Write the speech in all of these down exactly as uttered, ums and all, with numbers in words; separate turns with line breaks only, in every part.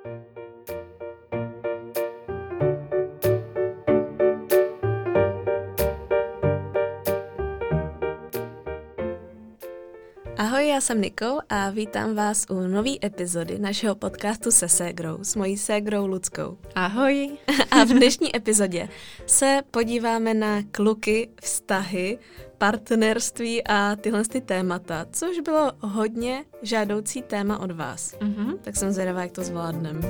Ahoj, já jsem Niko a vítám vás u nové epizody našeho podcastu se ségrou, s mojí ségrou Luckou.
Ahoj.
A v dnešní epizodě se podíváme na kluky, vztahy, partnerství a tyhle ty témata, což bylo hodně žádoucí téma od vás. Mm-hmm. Tak jsem zvědavá, jak to zvládnem.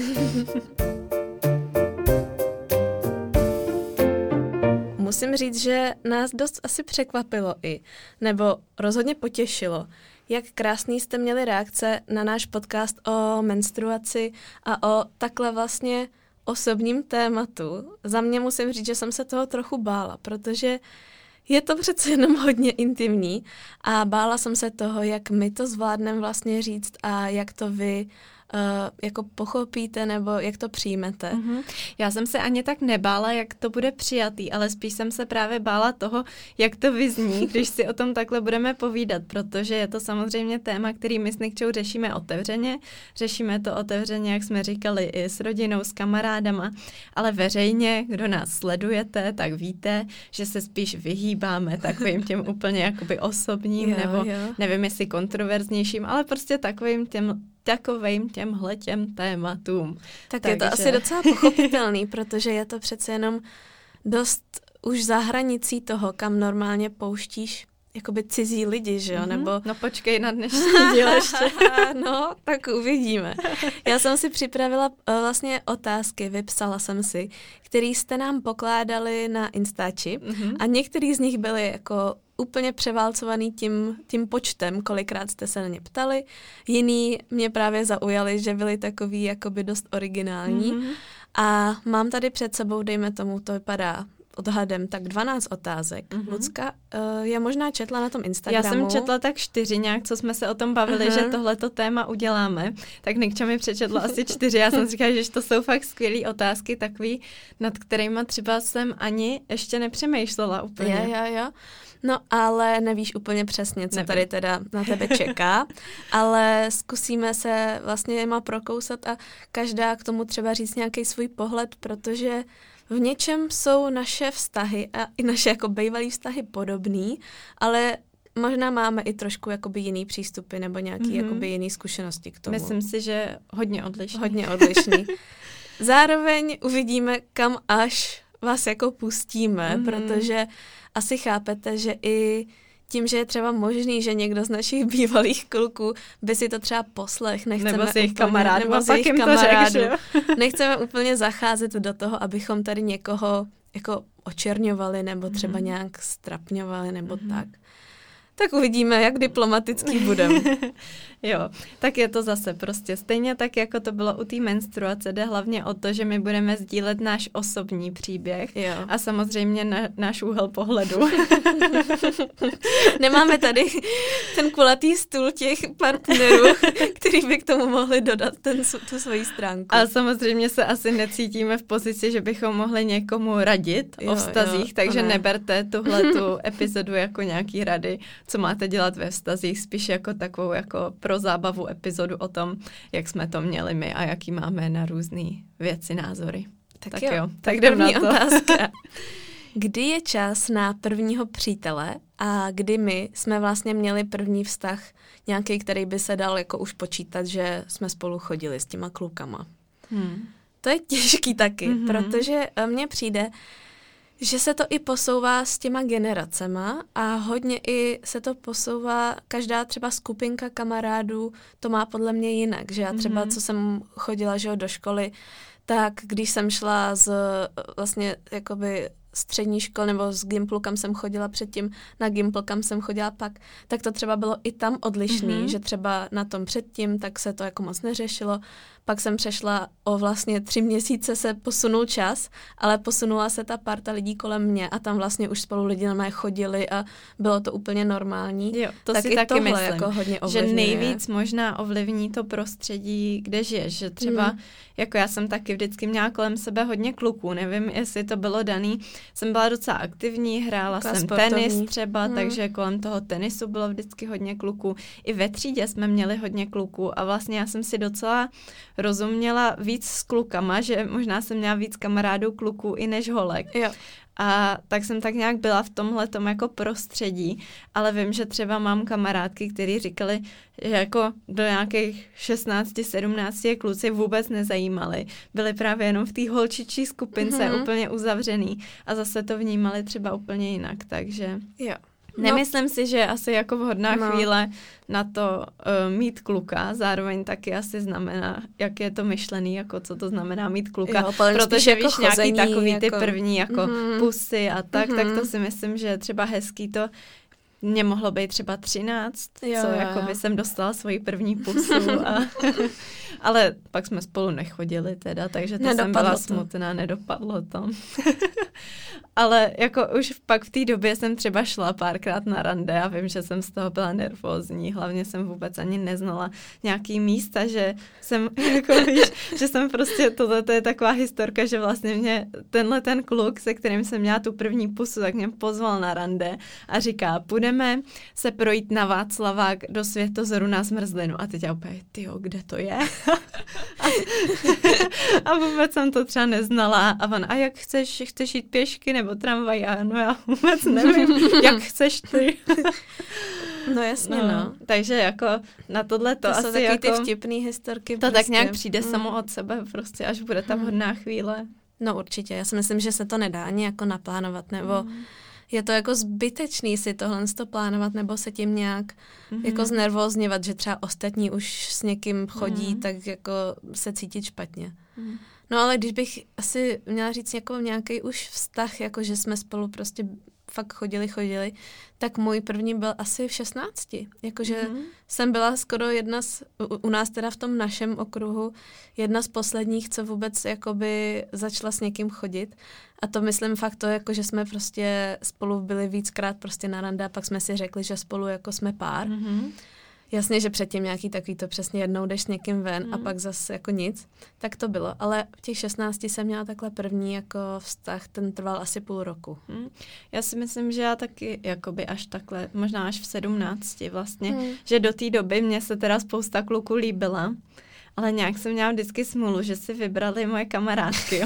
Musím říct, že nás dost asi překvapilo i, nebo rozhodně potěšilo, jak krásný jste měli reakce na náš podcast o menstruaci a o takhle vlastně osobním tématu. Za mě musím říct, že jsem se toho trochu bála, protože je to přece jenom hodně intimní a bála jsem se toho, jak my to zvládneme vlastně říct a jak to vy Uh, jako pochopíte nebo jak to přijmete.
Mm-hmm. Já jsem se ani tak nebála, jak to bude přijatý, ale spíš jsem se právě bála toho, jak to vyzní, když si o tom takhle budeme povídat, protože je to samozřejmě téma, který my s Nikčou řešíme otevřeně. Řešíme to otevřeně, jak jsme říkali, i s rodinou, s kamarádama, ale veřejně, kdo nás sledujete, tak víte, že se spíš vyhýbáme takovým těm úplně jakoby osobním,
jo,
nebo
jo.
nevím, jestli kontroverznějším, ale prostě takovým těm takovým těmhle těm tématům.
Tak
Takže...
je to asi docela pochopitelný, protože je to přece jenom dost už za hranicí toho, kam normálně pouštíš jakoby cizí lidi, že jo? Mm-hmm. Nebo...
No počkej na dnešní díl ještě.
No, tak uvidíme. Já jsem si připravila uh, vlastně otázky, vypsala jsem si, které jste nám pokládali na Instači mm-hmm. a některý z nich byly jako úplně převálcovaný tím, tím počtem, kolikrát jste se na ně ptali. Jiný mě právě zaujali, že byli takový jakoby dost originální. Mm-hmm. A mám tady před sebou, dejme tomu, to vypadá odhadem, tak dvanáct otázek. Mm-hmm. Lucka, uh, já možná četla na tom Instagramu.
Já jsem četla tak čtyři nějak, co jsme se o tom bavili, uh-huh. že tohleto téma uděláme. Tak Nikča mi přečetla asi čtyři. Já jsem říkala, že to jsou fakt skvělý otázky, takový, nad kterýma třeba jsem ani ještě nepřemýšlela úplně.
Jo, jo, jo. No, ale nevíš úplně přesně, co Nevím. tady teda na tebe čeká, ale zkusíme se vlastně jima prokousat a každá k tomu třeba říct nějaký svůj pohled, protože v něčem jsou naše vztahy a i naše jako bývalý vztahy podobný, ale možná máme i trošku jakoby jiný přístupy nebo nějaký mm-hmm. jakoby jiný zkušenosti k tomu.
Myslím si, že hodně odlišný.
Hodně odlišný. Zároveň uvidíme, kam až vás jako pustíme, mm-hmm. protože asi chápete, že i tím, že je třeba možný, že někdo z našich bývalých kluků by si to třeba poslech, nechceme
nebo si jejich
úplně,
kamarádů,
nebo
pak jim to řek,
nechceme úplně zacházet do toho, abychom tady někoho jako očerňovali nebo třeba mm. nějak strapňovali nebo mm. tak. Tak uvidíme, jak diplomatický budeme.
Jo, tak je to zase prostě stejně tak, jako to bylo u té menstruace, jde hlavně o to, že my budeme sdílet náš osobní příběh
jo.
a samozřejmě na, náš úhel pohledu.
Nemáme tady ten kulatý stůl těch partnerů, který by k tomu mohli dodat ten, tu svoji stránku.
A samozřejmě se asi necítíme v pozici, že bychom mohli někomu radit jo, o vztazích, jo, takže ne. neberte tuhletu epizodu jako nějaký rady, co máte dělat ve vztazích, spíš jako takovou jako pro zábavu epizodu o tom, jak jsme to měli my a jaký máme na různé věci, názory. Tak, tak jo, jo. tak jdem na to. Otázka.
Kdy je čas na prvního přítele a kdy my jsme vlastně měli první vztah nějaký, který by se dal jako už počítat, že jsme spolu chodili s těma klukama? Hmm. To je těžký taky, mm-hmm. protože mně přijde, že se to i posouvá s těma generacema a hodně i se to posouvá, každá třeba skupinka kamarádů to má podle mě jinak, že já třeba, mm-hmm. co jsem chodila, že jo, do školy, tak když jsem šla z vlastně jakoby střední škol nebo z Gimplu, kam jsem chodila předtím, na Gimpl, kam jsem chodila pak, tak to třeba bylo i tam odlišný, mm-hmm. že třeba na tom předtím, tak se to jako moc neřešilo. Pak jsem přešla o vlastně tři měsíce se posunul čas, ale posunula se ta parta lidí kolem mě a tam vlastně už spolu lidi na mě chodili a bylo to úplně normální.
Jo, to
tak
si
i
taky myslím,
jako hodně
že nejvíc možná ovlivní to prostředí, kde žiješ, že třeba, mm. jako já jsem taky vždycky měla kolem sebe hodně kluků, nevím, jestli to bylo daný jsem byla docela aktivní, hrála
Taková
jsem
sportovní.
tenis třeba, hmm. takže kolem toho tenisu bylo vždycky hodně kluků. I ve třídě jsme měli hodně kluků a vlastně já jsem si docela rozuměla víc s klukama, že možná jsem měla víc kamarádů kluků i než holek.
Jo.
A tak jsem tak nějak byla v tomhletom jako prostředí, ale vím, že třeba mám kamarádky, který říkali, že jako do nějakých šestnáct sedmnáct je kluci vůbec nezajímali. Byli právě jenom v té holčičí skupince mm-hmm. úplně uzavřený a zase to vnímali třeba úplně jinak, takže...
Jo.
Nemyslím no. si, že je asi jako vhodná
no.
chvíle na to uh, mít kluka, zároveň taky asi znamená, jak je to myšlený, jako co to znamená mít kluka,
jo,
protože
jako
víš,
chození,
nějaký takový
jako...
ty první jako
mm-hmm.
pusy a tak,
mm-hmm.
tak to si myslím, že třeba hezký to mě mohlo být třeba třináct,
jo,
co
jo,
jako
jo.
by jsem dostala svoji první pusu, a, ale pak jsme spolu nechodili teda, takže to
nedopadlo
jsem byla
to.
smutná, nedopadlo to. Ale jako už pak v té době jsem třeba šla párkrát na rande a vím, že jsem z toho byla nervózní, hlavně jsem vůbec ani neznala nějaký místa, že jsem jako víš, že jsem prostě, tohle to je taková historka, že vlastně mě tenhle ten kluk, se kterým jsem měla tu první pusu, tak mě pozval na rande a říká, půjdeme se projít na Václavák do Světozoru na zmrzlinu. A teď já úplně, tyjo, kde to je? a, a vůbec jsem to třeba neznala. A on, a jak chceš, chceš jít pěšky nebo tramvaj? A no já vůbec nevím, jak chceš ty.
No jasně, no. no.
Takže jako na tohle to,
to
asi
jsou taky
jako...
ty vtipný historky.
To
prostě.
Tak nějak přijde
mm.
samo od sebe prostě, až bude ta vhodná chvíle.
No určitě, já si myslím, že se to nedá ani jako naplánovat, nebo mm. je to jako zbytečný si tohle plánovat, nebo se tím nějak mm-hmm. jako znervózněvat, že třeba ostatní už s někým chodí, mm. tak jako se cítit špatně. Mm. No ale když bych asi měla říct jako nějaký už vztah, jako že jsme spolu prostě fakt chodili, chodili, tak můj první byl asi v šestnácti. Jakože mm-hmm. jsem byla skoro jedna z, u, u nás teda v tom našem okruhu, jedna z posledních, co vůbec jakoby začala s někým chodit. A to myslím fakt to, jako že jsme prostě spolu byli víckrát prostě na rande a pak jsme si řekli, že spolu jako jsme pár. Mm-hmm. Jasně, že předtím nějaký takový to přesně jednou jdeš s někým ven mm. a pak zase jako nic, tak to bylo. Ale v těch šestnácti jsem měla takhle první jako vztah, ten trval asi půl roku.
Mm. Já si myslím, že já taky jakoby až takhle, možná až v sedmnácti vlastně, mm. že do té doby mě se teda spousta kluků líbila. Ale nějak jsem měla vždycky smůlu, že si vybrali moje kamarádky.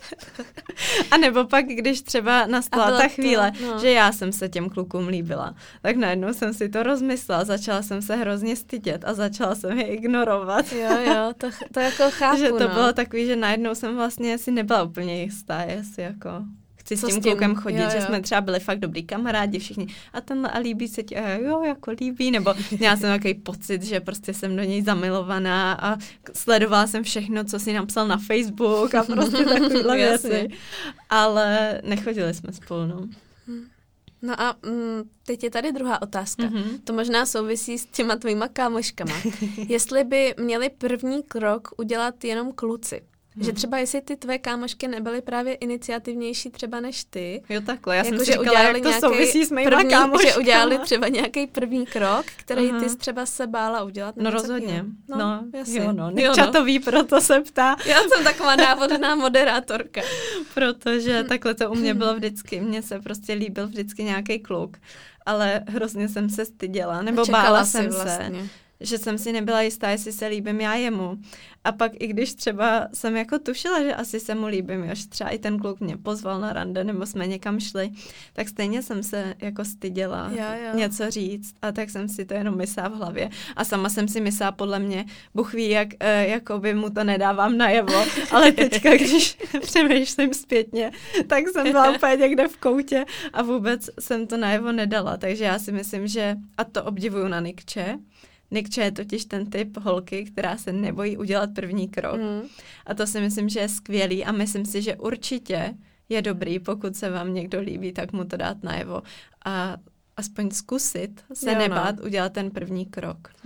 A nebo pak, když třeba nastala ta chvíle, to, no. že já jsem se těm klukům líbila, tak najednou jsem si to rozmyslela, začala jsem se hrozně stydět a začala jsem je ignorovat.
Jo, jo, to, to jako chápu,
Že to
no.
bylo takový, že najednou jsem vlastně si nebyla úplně jistá, jestli jako... chci
Co
s tím,
s tím
klukem chodit,
jo,
že
jo.
jsme třeba byli fakt dobrý kamarádi všichni a tenhle a líbí se ti, a jo, jako líbí, nebo měla jsem takový pocit, že prostě jsem do něj zamilovaná a sledovala jsem všechno, co si napsal na Facebook a prostě takovéhle věci. Ale nechodili jsme spolu, no.
No a mm, teď je tady druhá otázka.
Mm-hmm.
To možná souvisí s těma tvýma kámoškama. Jestli by měli první krok udělat jenom kluci. Hmm. Že třeba jestli ty tvé kámošky nebyly právě iniciativnější třeba než ty.
Jo takhle, já
jako,
jsem si říkala, jak to souvisí s mýma
první,
kámoškama.
Že udělali třeba nějaký první krok, který
Aha.
ty třeba se bála udělat.
No rozhodně.
No,
no
jasně.
Jo no, Nikča to ví, proto se ptá.
Já jsem taková návodná moderátorka.
Protože takhle to u mě bylo vždycky. Mně se prostě líbil vždycky nějaký kluk, ale hrozně jsem se styděla, nebo bála jsem
vlastně.
se. Že jsem si nebyla jistá, jestli se líbím já jemu. A pak i když třeba jsem jako tušila, že asi se mu líbím, jo, že třeba i ten kluk mě pozval na rande, nebo jsme někam šli, tak stejně jsem se jako styděla
jo, jo.
něco říct. A tak jsem si to jenom myslela v hlavě. A sama jsem si myslela, podle mě, Bůh ví, jak eh, jakoby mu to nedávám najevo. Ale teďka, když přemýšlím zpětně, tak jsem byla úplně někde v koutě a vůbec jsem to najevo nedala. Takže já si myslím, že, a to obdivuju na Nikče, Nikče je totiž ten typ holky, která se nebojí udělat první krok. Mm. A to si myslím, že je skvělý a myslím si, že určitě je dobrý, pokud se vám někdo líbí, tak mu to dát najevo. A aspoň zkusit se
jo,
nebát
no.
udělat ten první krok. No.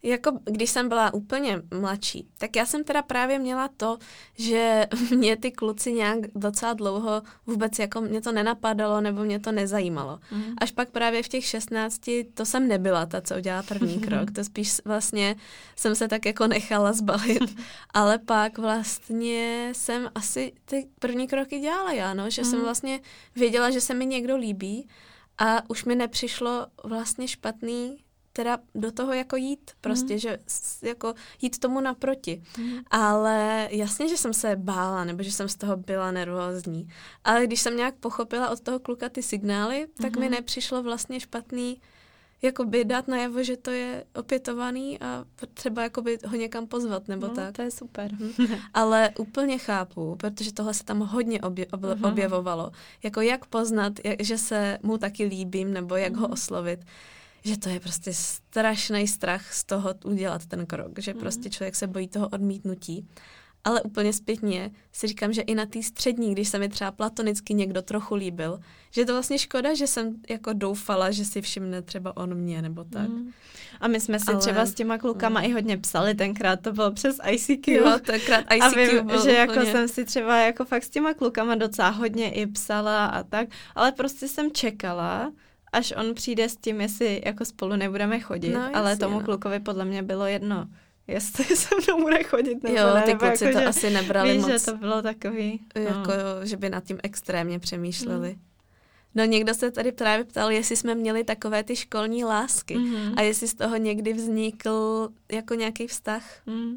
Jako když jsem byla úplně mladší, tak já jsem teda právě měla to, že mě ty kluci nějak docela dlouho vůbec jako mě to nenapadalo nebo mě to nezajímalo. Mm. Až pak právě v těch šestnácti to jsem nebyla ta, co udělala první krok. To spíš vlastně jsem se tak jako nechala zbalit. Ale pak vlastně jsem asi ty první kroky dělala já, no, že mm. jsem vlastně věděla, že se mi někdo líbí a už mi nepřišlo vlastně špatný teda do toho jako jít, prostě, mm. že jako jít tomu naproti. Mm. Ale jasně, že jsem se bála, nebo že jsem z toho byla nervózní. Ale když jsem nějak pochopila od toho kluka ty signály, tak mm. mi nepřišlo vlastně špatný jakoby dát najevo, že to je opětovaný a třeba jakoby ho někam pozvat, nebo
no,
tak.
To je super.
Ale úplně chápu, protože tohle se tam hodně obje, ob, uh-huh. objevovalo. Jako jak poznat, jak, že se mu taky líbím, nebo jak uh-huh. ho oslovit. Že to je prostě strašný strach z toho udělat ten krok, že mm. prostě člověk se bojí toho odmítnutí. Ale úplně zpětně si říkám, že i na té střední, když se mi třeba platonicky někdo trochu líbil, že je to vlastně škoda, že jsem jako doufala, že si všimne třeba on mě, nebo tak. Mm.
A my jsme si Ale... třeba s těma klukama mm. i hodně psali, tenkrát to bylo přes I C Q.
Jo, tenkrát I C Q
a vím,
bylo
že
úplně...
jako jsem si třeba jako fakt s těma klukama docela hodně i psala a tak, ale prostě jsem čekala, až on přijde s tím, jestli jako spolu nebudeme chodit, no, jasně, ale tomu no. klukovi podle mě bylo jedno, jestli se mnou bude chodit nebo
jo,
ne.
Jo, ty kluci jako, to že, asi nebrali
víš,
moc.
že to bylo takový.
Jako,
no.
že by nad tím extrémně přemýšleli. Mm. No někdo se tady právě ptal, jestli jsme měli takové ty školní lásky mm-hmm. a jestli z toho někdy vznikl jako nějaký vztah.
Mm.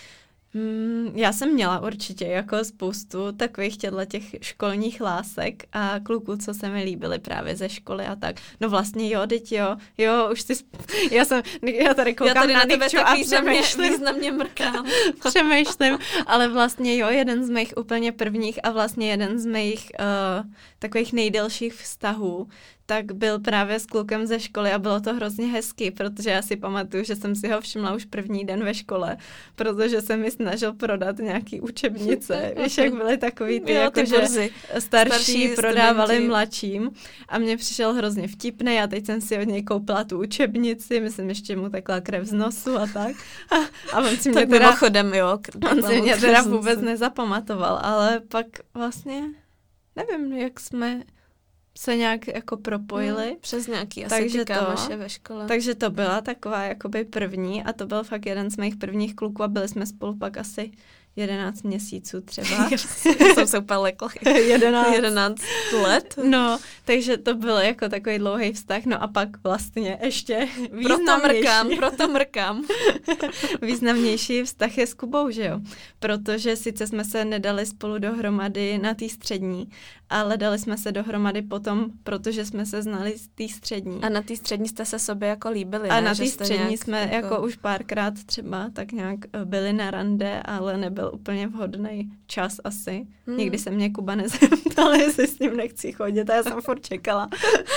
Mm, já jsem měla určitě jako spoustu takových těch školních lásek a kluků, co se mi líbily právě ze školy a tak. No vlastně jo, teď jo, jo, už ty, sp- já jsem, já tady koukám já tady na, na Nikču a přemýšlím.
Významně mrkám.
Přemýšlím, ale vlastně jo, jeden z mých úplně prvních a vlastně jeden z mých uh, takových nejdelších vztahů, tak byl právě s klukem ze školy a bylo to hrozně hezký, protože já si pamatuju, že jsem si ho všimla už první den ve škole, protože jsem mi snažil prodat nějaký učebnice. Víš, jak byly takový ty,
jo,
jako,
ty
že
starší,
starší prodávali studenti. Mladším a mně přišel hrozně vtipný a teď jsem si od něj koupila tu učebnici, myslím, ještě mu tekla krev z nosu a tak. A, a on si mě
tak
teda,
mimochodem, jo.
On si mě teda vůbec nezapamatoval, ale pak vlastně, nevím, jak jsme se nějak jako propojili.
No, přes nějaký asi
takže
ty kámoše ve škole.
Takže to byla taková jakoby první a to byl fakt jeden z mých prvních kluků a byli jsme spolu pak asi jedenáct měsíců třeba.
Jsem se úplně lekla.
jedenáct.
jedenáct let.
No, takže to byl jako takový dlouhý vztah. No a pak vlastně ještě významnější.
Proto mrkám, proto mrkám.
Významnější vztah je s Kubou, že jo? Protože sice jsme se nedali spolu dohromady na té střední, ale dali jsme se dohromady potom, protože jsme se znali z té střední.
A na té střední jste se sobě jako líbili,
A
ne?
na té střední
nějak,
jsme jako...
jako
už párkrát třeba tak nějak byli na rande, ale nebyl úplně vhodný čas asi. Hmm. Nikdy se mě Kuba nezeptal, jestli s ním nechci chodit a já jsem furt čekala.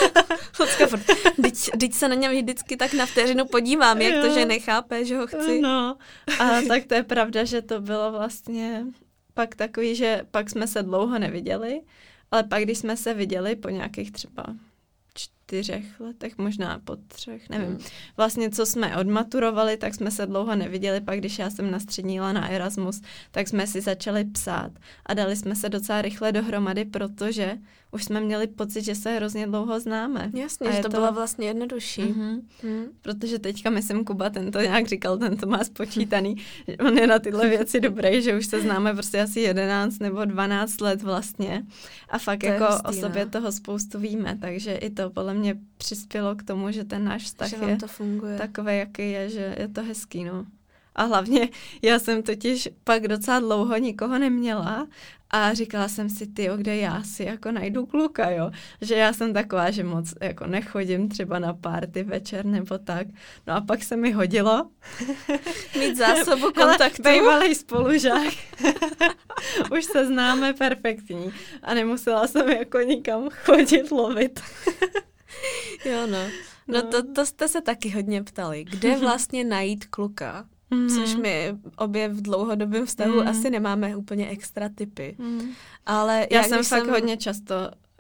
Teď se na něm vždycky tak na vteřinu podívám, jak jo. to, že nechápe, že ho chci.
No a tak to je pravda, že to bylo vlastně pak takový, že pak jsme se dlouho neviděli, ale pak, když jsme se viděli po nějakých třeba čtyřech letech, možná po třech, nevím. Hmm. Vlastně, co jsme odmaturovali, tak jsme se dlouho neviděli, pak když já jsem na střední jela na Erasmus, tak jsme si začali psát a dali jsme se docela rychle dohromady, protože už jsme měli pocit, že se hrozně dlouho známe.
Jasně, a že to, to bylo vlastně jednodušší.
Mm-hmm. Mm. Protože teďka, myslím, Kuba, ten to nějak říkal, ten to má spočítaný, že on je na tyhle věci dobrý, že už se známe prostě asi jedenáct nebo dvanáct let vlastně a fakt to jako hustý, o sobě ne? Toho spoustu víme, takže i to podle mě přispělo k tomu, že ten náš vztah je
to funguje.
Takový, jaký je, že je to hezký, no. A hlavně já jsem totiž pak docela dlouho nikoho neměla a říkala jsem si, tyjo, kde já si jako najdu kluka, jo. Že já jsem taková, že moc jako nechodím třeba na party večer nebo tak. No a pak se mi hodilo.
Mít zásobu kontaktů.
Bývalej spolužák. Už se známe perfektní. A nemusela jsem jako nikam chodit lovit.
Jo, no. No to, to jste se taky hodně ptali. Kde vlastně najít kluka? Mm-hmm. Což my obě v dlouhodobém vztahu mm. asi nemáme úplně extra tipy. Mm. Ale
já jsem fakt jsem... hodně často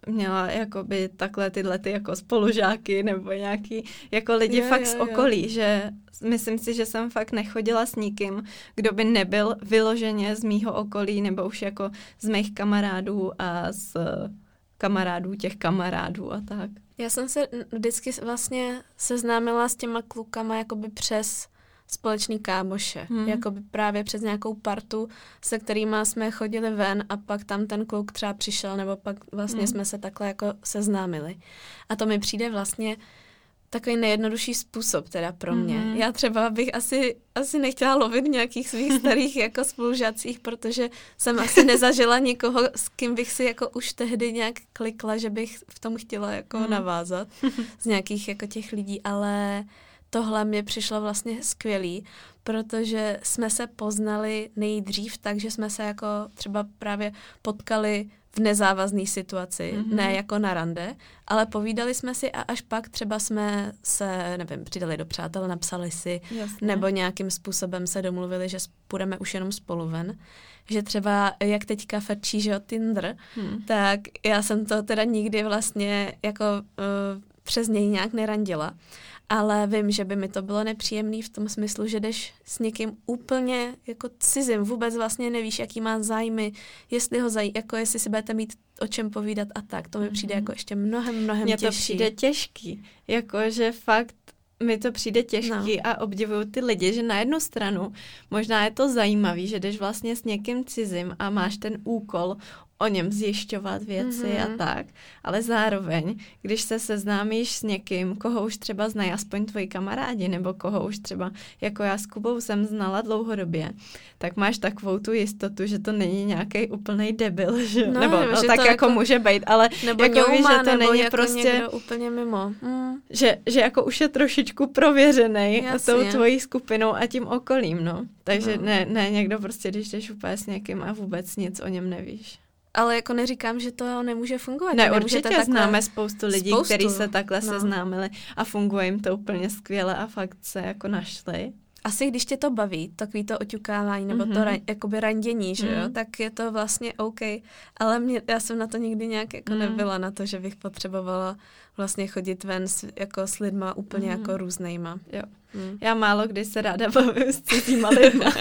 měla jakoby takhle tyhle ty jako spolužáky nebo nějaký jako lidi
jo,
fakt
jo,
z
jo.
okolí, že myslím si, že jsem fakt nechodila s nikým, kdo by nebyl vyloženě z mýho okolí nebo už jako z mých kamarádů a z kamarádů těch kamarádů a tak.
Já jsem se vždycky vlastně seznámila s těma klukama jakoby přes společný kámoše. Hmm. Jakoby právě přes nějakou partu, se kterýma jsme chodili ven a pak tam ten kluk třeba přišel, nebo pak vlastně hmm. jsme se takhle jako seznámili. A to mi přijde vlastně takový nejjednodušší způsob teda pro mě. Mm-hmm. Já třeba bych asi, asi nechtěla lovit nějakých svých starých jako spolužácích, protože jsem asi nezažila nikoho, s kým bych si jako už tehdy nějak klikla, že bych v tom chtěla jako mm. navázat z nějakých jako těch lidí, ale tohle mi přišlo vlastně skvělý, protože jsme se poznali nejdřív tak, že jsme se jako třeba právě potkali v nezávazné situaci, mm-hmm. ne jako na rande, ale povídali jsme si a až pak třeba jsme se, nevím, přidali do přátel, napsali si, jasně. nebo nějakým způsobem se domluvili, že půjdeme už jenom spolu ven. Že třeba, jak teďka frčí, že o Tinder, hmm. tak já jsem to teda nikdy vlastně jako uh, přes něj nějak nerandila. Ale vím, že by mi to bylo nepříjemný v tom smyslu, že jdeš s někým úplně jako cizím, vůbec vlastně nevíš, jaký má zájmy, jestli ho zají, jako jestli si budete mít o čem povídat a tak. To mi přijde jako ještě mnohem, mnohem
Mně
těžší.
Mně to přijde těžký, jakože fakt mi to přijde těžký no. a obdivuju ty lidi, že na jednu stranu možná je to zajímavý, že jdeš vlastně s někým cizím a máš ten úkol o něm zjišťovat věci mm-hmm. a tak, ale zároveň, když se seznámíš s někým, koho už třeba znají aspoň tvoji kamarádi, nebo koho už třeba, jako já s Kubou jsem znala dlouhodobě, tak máš takovou tu jistotu, že to není nějaký úplnej debil, že?
No,
nebo
nebo
no,
že
tak
to
jako, jako může být, ale
nebo
jako víš, že to
nebo
není
jako
prostě
úplně mimo. Mm.
Že, že jako už je trošičku prověřenej
Jasně.
tou tvojí skupinou a tím okolím, no. Takže
no.
ne, ne někdo prostě, když jdeš úplně s někým a vůbec nic o něm nevíš.
Ale jako neříkám, že to nemůže fungovat.
Ne, určitě takhle... známe spoustu lidí, spoustu. kteří se takhle
no.
seznámili a funguje jim to úplně skvěle a fakt se jako našli.
Asi když tě to baví, takový to oťukávání nebo mm-hmm. to ra- jakoby randění, že mm. jo, tak je to vlastně OK. Ale mě, já jsem na to nikdy nějak jako mm. nebyla, na to, že bych potřebovala vlastně chodit ven s, jako s lidma úplně mm. jako různejma.
Jo. Mm. Já málo kdy se ráda bavím s cizíma lidma.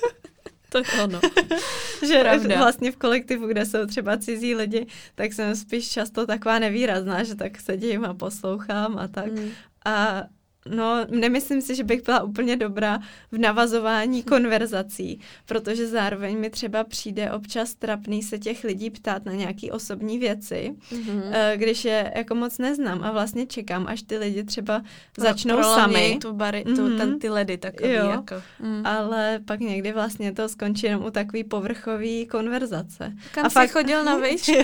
To je ono.
Že pravda. Vlastně v kolektivu, kde jsou třeba cizí lidi, tak jsem spíš často taková nevýrazná, že tak sedím a poslouchám a tak. Mm. A no, nemyslím si, že bych byla úplně dobrá v navazování konverzací, protože zároveň mi třeba přijde občas trapný se těch lidí ptát na nějaký osobní věci, mm-hmm. když je jako moc neznám a vlastně čekám, až ty lidi třeba začnou
no,
sami.
tu bary, tu, mm-hmm. ten, ty ledy takový.
Jo,
jako. Mm.
Ale pak někdy vlastně to skončí jenom u takový povrchový konverzace.
Kam
a
jsi
fakt...
chodil na vejšku?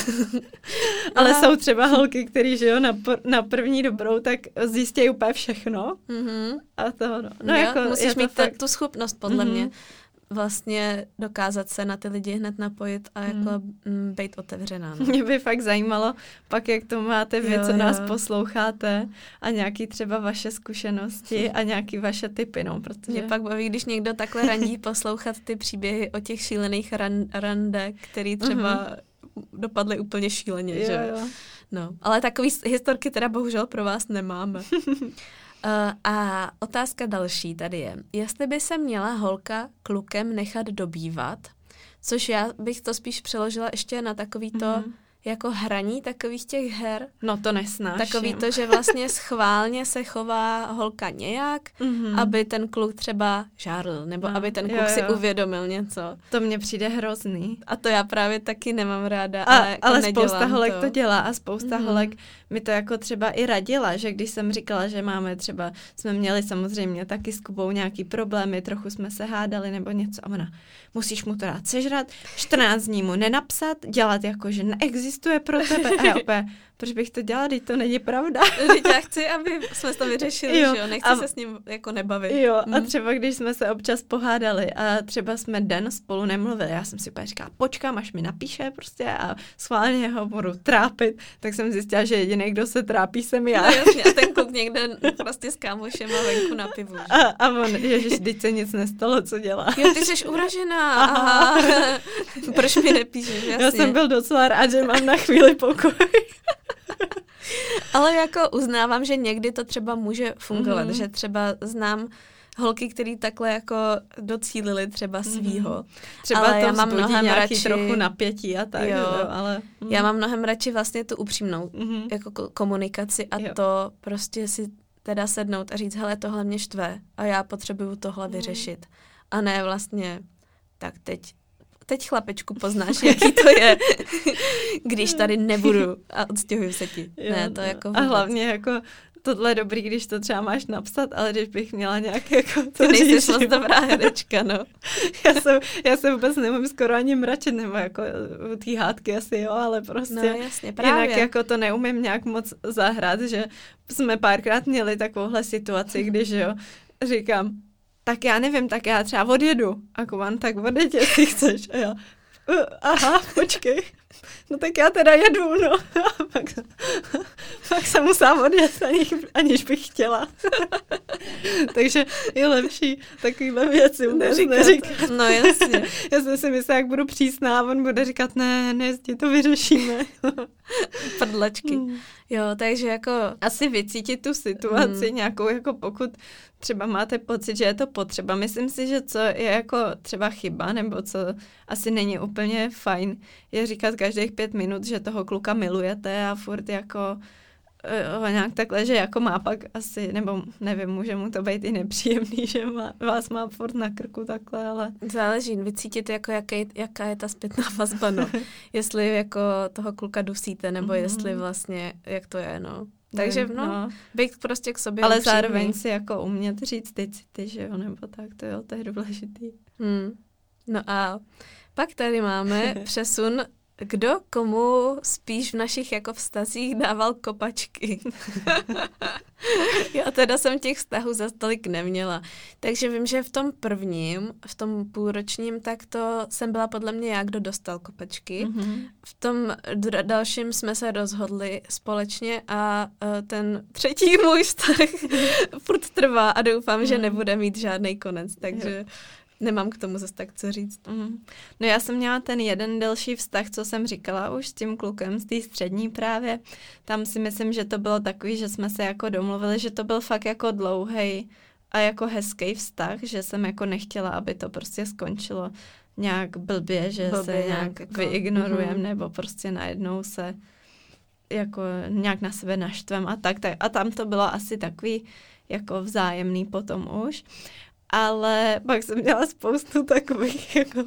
Ale jsou třeba holky, který žijou na, por- na první dobrou, tak zjistějí úplně všechno.
Mm-hmm.
A to, no. no
jo,
jako,
musíš mít
fakt...
tu schopnost, podle mm-hmm. mě, vlastně dokázat se na ty lidi hned napojit a jako mm. být otevřená. No.
Mě by fakt zajímalo pak, jak to máte vy,
jo,
co
jo.
nás posloucháte a nějaký třeba vaše zkušenosti a nějaký vaše tipy, no, protože...
Mě pak baví, když někdo takhle randí poslouchat ty příběhy o těch šílených ran- randek, který třeba mm-hmm. dopadly úplně šíleně,
jo,
že?
Jo.
No, ale takový historky teda bohužel pro vás nemáme. Uh, a otázka další tady je, jestli by se měla holka klukem nechat dobývat, což já bych to spíš přeložila ještě na takový to, mm-hmm. jako hraní takových těch her.
No to nesnáším.
Takový to, že vlastně schválně se chová holka nějak, mm-hmm. aby ten kluk třeba žárl, nebo no, aby ten kluk jo, jo. si uvědomil něco.
To mně přijde hrozný.
A to já právě taky nemám ráda,
a,
ale jako
Ale spousta holek to.
to
dělá a spousta mm-hmm. holek mi to jako třeba i radila, že když jsem říkala, že máme třeba, jsme měli samozřejmě taky s Kubou nějaký problémy, trochu jsme se hádali nebo něco a ona, musíš mu to dát sežrat, čtrnáct dní mu nenapsat, dělat jako, že neexistuje pro tebe a já opět, proč bych to dělala, teď to není pravda.
Teď já chci, aby jsme to vyřešili, jo, že jo, nechci a, se s ním jako nebavit.
Jo,
mm.
a třeba když jsme se občas pohádali a třeba jsme den spolu nemluvili, já jsem si úplně říkala, počkám, až mi napíše prostě a schválně ho budu trápit, tak jsem zjistila, že jediný, kdo se trápí, jsem já.
No jasně, a ten kluk někde prostě s kámošema venku na pivu.
A, a on, ježiš, teď se nic nestalo, co dělá.
Jo, ty jsi uražená. Aha. Aha. Proč mi nepíšeš, jasně.
Já jsem byl docela rád, že mám na chvíli pokoj.
Ale jako uznávám, že někdy to třeba může fungovat, mm-hmm. že třeba znám holky, který takhle jako docílili třeba svýho.
Třeba
ale
to
já mám mnohem
nějaký
radši
trochu napětí a tak,
jo,
jo, ale...
Mm. Já mám mnohem radši vlastně tu upřímnou mm-hmm. jako komunikaci a jo. to prostě si teda sednout a říct, hele, tohle mě štve a já potřebuju tohle mm. vyřešit. A ne vlastně, tak teď teď chlapečku poznáš, jaký to je, když tady nebudu a odstěhuju se ti. Jo, ne, to no. jako
a hlavně jako tohle je dobrý, když to třeba máš napsat, ale když bych měla nějaké jako to
ty nejsi moc dobrá herečka, no.
já, jsem, já se vůbec nemůžu skoro ani mračit, nebo jako ty hádky asi jo, ale prostě
no, jasně, právě.
Jinak jako to neumím nějak moc zahrát, že jsme párkrát měli takovouhle situaci, když jo, říkám, tak já nevím, tak já třeba odjedu. A Kuban, tak odjeď, jestli chceš. A já, uh, aha, počkej. No tak já teda jedu, no. A pak, pak jsem musela odjet, aniž, aniž bych chtěla. Takže je lepší takovýhle věci vůbec neříkat.
No jasně.
Já jsem si myslela, jak budu přísná a on bude říkat, ne, nejezdí, to vyřešíme.
Prdlačky. Hmm. Jo, takže jako...
Asi vycítit tu situaci hmm. nějakou, jako pokud třeba máte pocit, že je to potřeba. Myslím si, že co je jako třeba chyba, nebo co asi není úplně fajn, je říkat každých pět minut, že toho kluka milujete a furt jako uh, nějak takhle, že jako má pak asi, nebo nevím, může mu to být i nepříjemný, že má, vás má furt na krku takhle, ale...
Záleží, vycítit jako jaký, jaká je ta zpětná vazba, no. Jestli jako toho kluka dusíte, nebo mm. jestli vlastně, jak to je, no. Takže no, no, být prostě k sobě
ale
upřímný.
Zároveň si jako umět říct ty city, že jo, nebo tak, to jo, to je důležitý.
Hmm. No a pak tady máme přesun, kdo komu spíš v našich jako vztazích dával kopačky. Já teda jsem těch vztahů za tolik neměla. Takže vím, že v tom prvním, v tom půlročním, tak to jsem byla podle mě já, kdo dostal kopačky. Mm-hmm. V tom dalším jsme se rozhodli společně a uh, ten třetí můj vztah furt trvá a doufám, mm. že nebude mít žádný konec, takže... Jo. Nemám k tomu zase tak co říct.
Mm. No já jsem měla ten jeden delší vztah, co jsem říkala už s tím klukem z té střední právě. Tam si myslím, že to bylo takový, že jsme se jako domluvili, že to byl fakt jako dlouhej a jako hezký vztah, že jsem jako nechtěla, aby to prostě skončilo nějak blbě, že blbě, se nějak jako, vyignorujeme mm. nebo prostě najednou se jako nějak na sebe naštvem a tak, tak. A tam to bylo asi takový jako vzájemný potom už. Ale pak jsem měla spoustu takových jako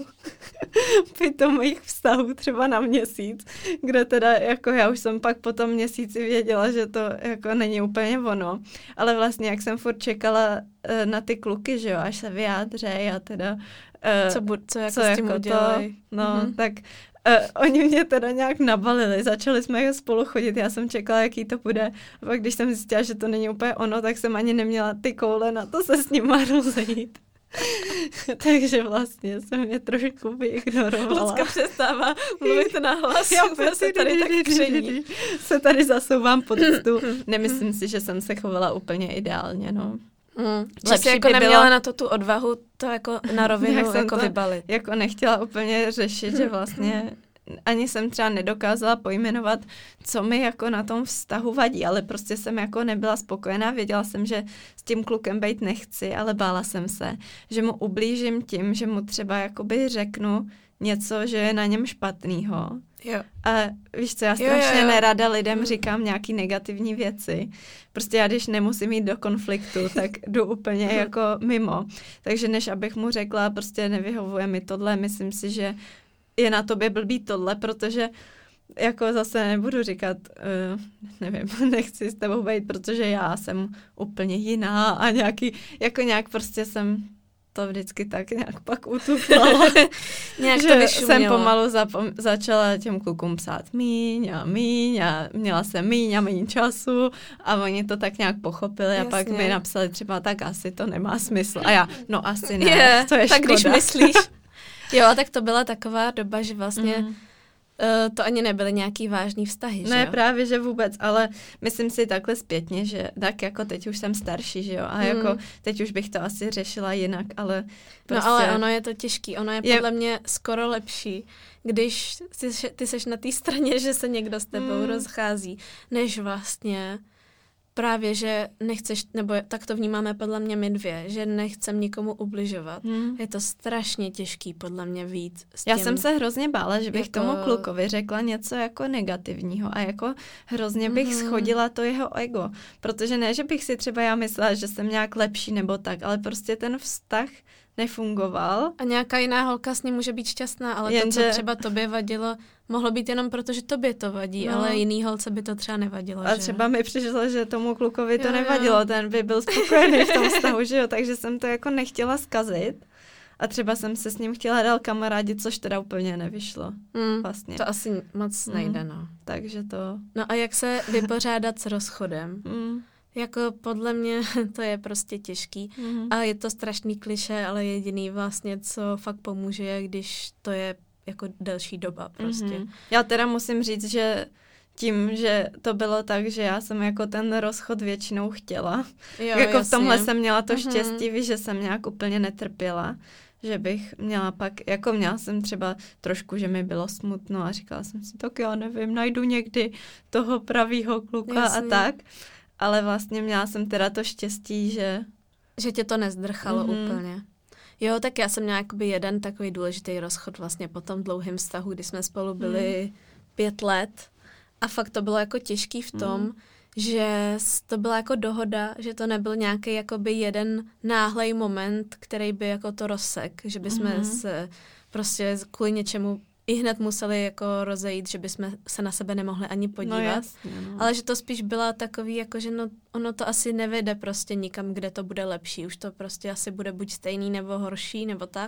pitomých vztahů třeba na měsíc, kde teda jako já už jsem pak po tom měsíci věděla, že to jako není úplně ono. Ale vlastně jak jsem furt čekala uh, na ty kluky, že jo, až se vyjádřejí a teda... Uh,
co, bu- co jako
co
s tím
jako
udělají.
To, no, mm-hmm. tak... Uh, oni mě teda nějak nabalili, začali jsme spolu chodit, já jsem čekala, jaký to bude. A pak když jsem zjistila, že to není úplně ono, tak jsem ani neměla ty koule na to se s nima rozejít. Takže vlastně jsem mě trošku vyignorovala.
Lucka přestává mluvit na hlas, já se tady tak kření.
Se tady zasouvám pod stůl. Nemyslím si, že jsem se chovala úplně ideálně, no.
Mm, že jsi jako by neměla bylo... na to tu odvahu to jako na rovinu jako vybalit.
Jako nechtěla úplně řešit, že vlastně ani jsem třeba nedokázala pojmenovat, co mi jako na tom vztahu vadí, ale prostě jsem jako nebyla spokojená, věděla jsem, že s tím klukem být nechci, ale bála jsem se, že mu ublížím tím, že mu třeba jakoby řeknu něco, že je na něm špatnýho. Jo. A víš co, já strašně jo, jo, jo. nerada lidem říkám nějaký negativní věci. Prostě já, když nemusím jít do konfliktu, tak jdu úplně jako mimo. Takže než abych mu řekla, prostě nevyhovuje mi tohle, myslím si, že je na tobě blbý tohle, protože jako zase nebudu říkat, uh, nevím, nechci s tebou být, protože já jsem úplně jiná a nějaký, jako nějak prostě jsem to vždycky tak nějak pak utuplalo.
Nějak
že
to vyšumělo.
jsem pomalu zapom- začala těm klukům psát míň a míň a měla jsem míň a míň času a oni to tak nějak pochopili. Jasně. A pak mi napsali třeba, tak asi to nemá smysl. A já, no asi ne, je, to je
tak
škoda.
Když myslíš. Jo, tak to byla taková doba, že vlastně mm. uh, to ani nebyly nějaký vážný vztahy, že
Ne,
jo?
právě, že vůbec, ale myslím si takhle zpětně, že tak jako teď už jsem starší, že jo, a mm. jako teď už bych to asi řešila jinak, ale prostě...
No ale ono je to těžký, ono je, je... podle mě skoro lepší, když ty, ty seš na té straně, že se někdo s tebou mm. rozchází, než vlastně... Právě, že nechceš, nebo tak to vnímáme podle mě my dvě, že nechcem nikomu ubližovat. Hmm. Je to strašně těžký podle mě víc. S
Já
tím,
jsem se hrozně bála, že bych
jako...
tomu klukovi řekla něco jako negativního a jako hrozně bych hmm. schodila to jeho ego. Protože ne, že bych si třeba já myslela, že jsem nějak lepší nebo tak, ale prostě ten vztah nefungoval.
A nějaká jiná holka s ním může být šťastná, ale Jen, to, co že... třeba tobě vadilo, mohlo být jenom proto, že tobě to vadí, no. ale jiný holce by to třeba nevadilo.
A
že?
třeba mi přišlo, že tomu klukovi to
jo,
nevadilo,
jo.
ten by byl spokojený v tom vztahu, že jo, takže jsem to jako nechtěla zkazit. A třeba jsem se s ním chtěla dál kamarádit, což teda úplně nevyšlo.
Mm,
vlastně.
To asi moc nejde,
mm.
no.
Takže to...
No a jak se vypořádat s rozchodem?
Mm.
Jako podle mě to je prostě těžký mm. a je to strašný klišé, ale jediný vlastně, co fakt pomůže, je, když to je jako delší doba prostě. Mm-hmm.
Já teda musím říct, že tím, že to bylo tak, že já jsem jako ten rozchod většinou chtěla.
Jo,
jako
jasně.
v tomhle jsem měla to
mm-hmm.
štěstí, víš, že jsem nějak úplně netrpěla, že bych měla pak, jako měla jsem třeba trošku, že mi bylo smutno a říkala jsem si, tak já nevím, najdu někdy toho pravýho kluka jasně. a tak. Ale vlastně měla jsem teda to štěstí, že...
Že tě to nezdrchalo mm-hmm. úplně. Jo, tak já jsem měla jakoby jeden takový důležitý rozchod vlastně po tom dlouhém vztahu, kdy jsme spolu byli mm. pět let a fakt to bylo jako těžký v tom, mm. že to byla jako dohoda, že to nebyl nějaký jakoby jeden náhlej moment, který by jako to rozsek, že by jsme mm. se prostě kvůli něčemu i hned museli jako rozejít, že bychom se na sebe nemohli ani podívat.
No jasně, no.
Ale že to spíš byla takový, jako že no, ono to asi nevede prostě nikam, kde to bude lepší. Už to prostě asi bude buď stejný, nebo horší, nebo tak.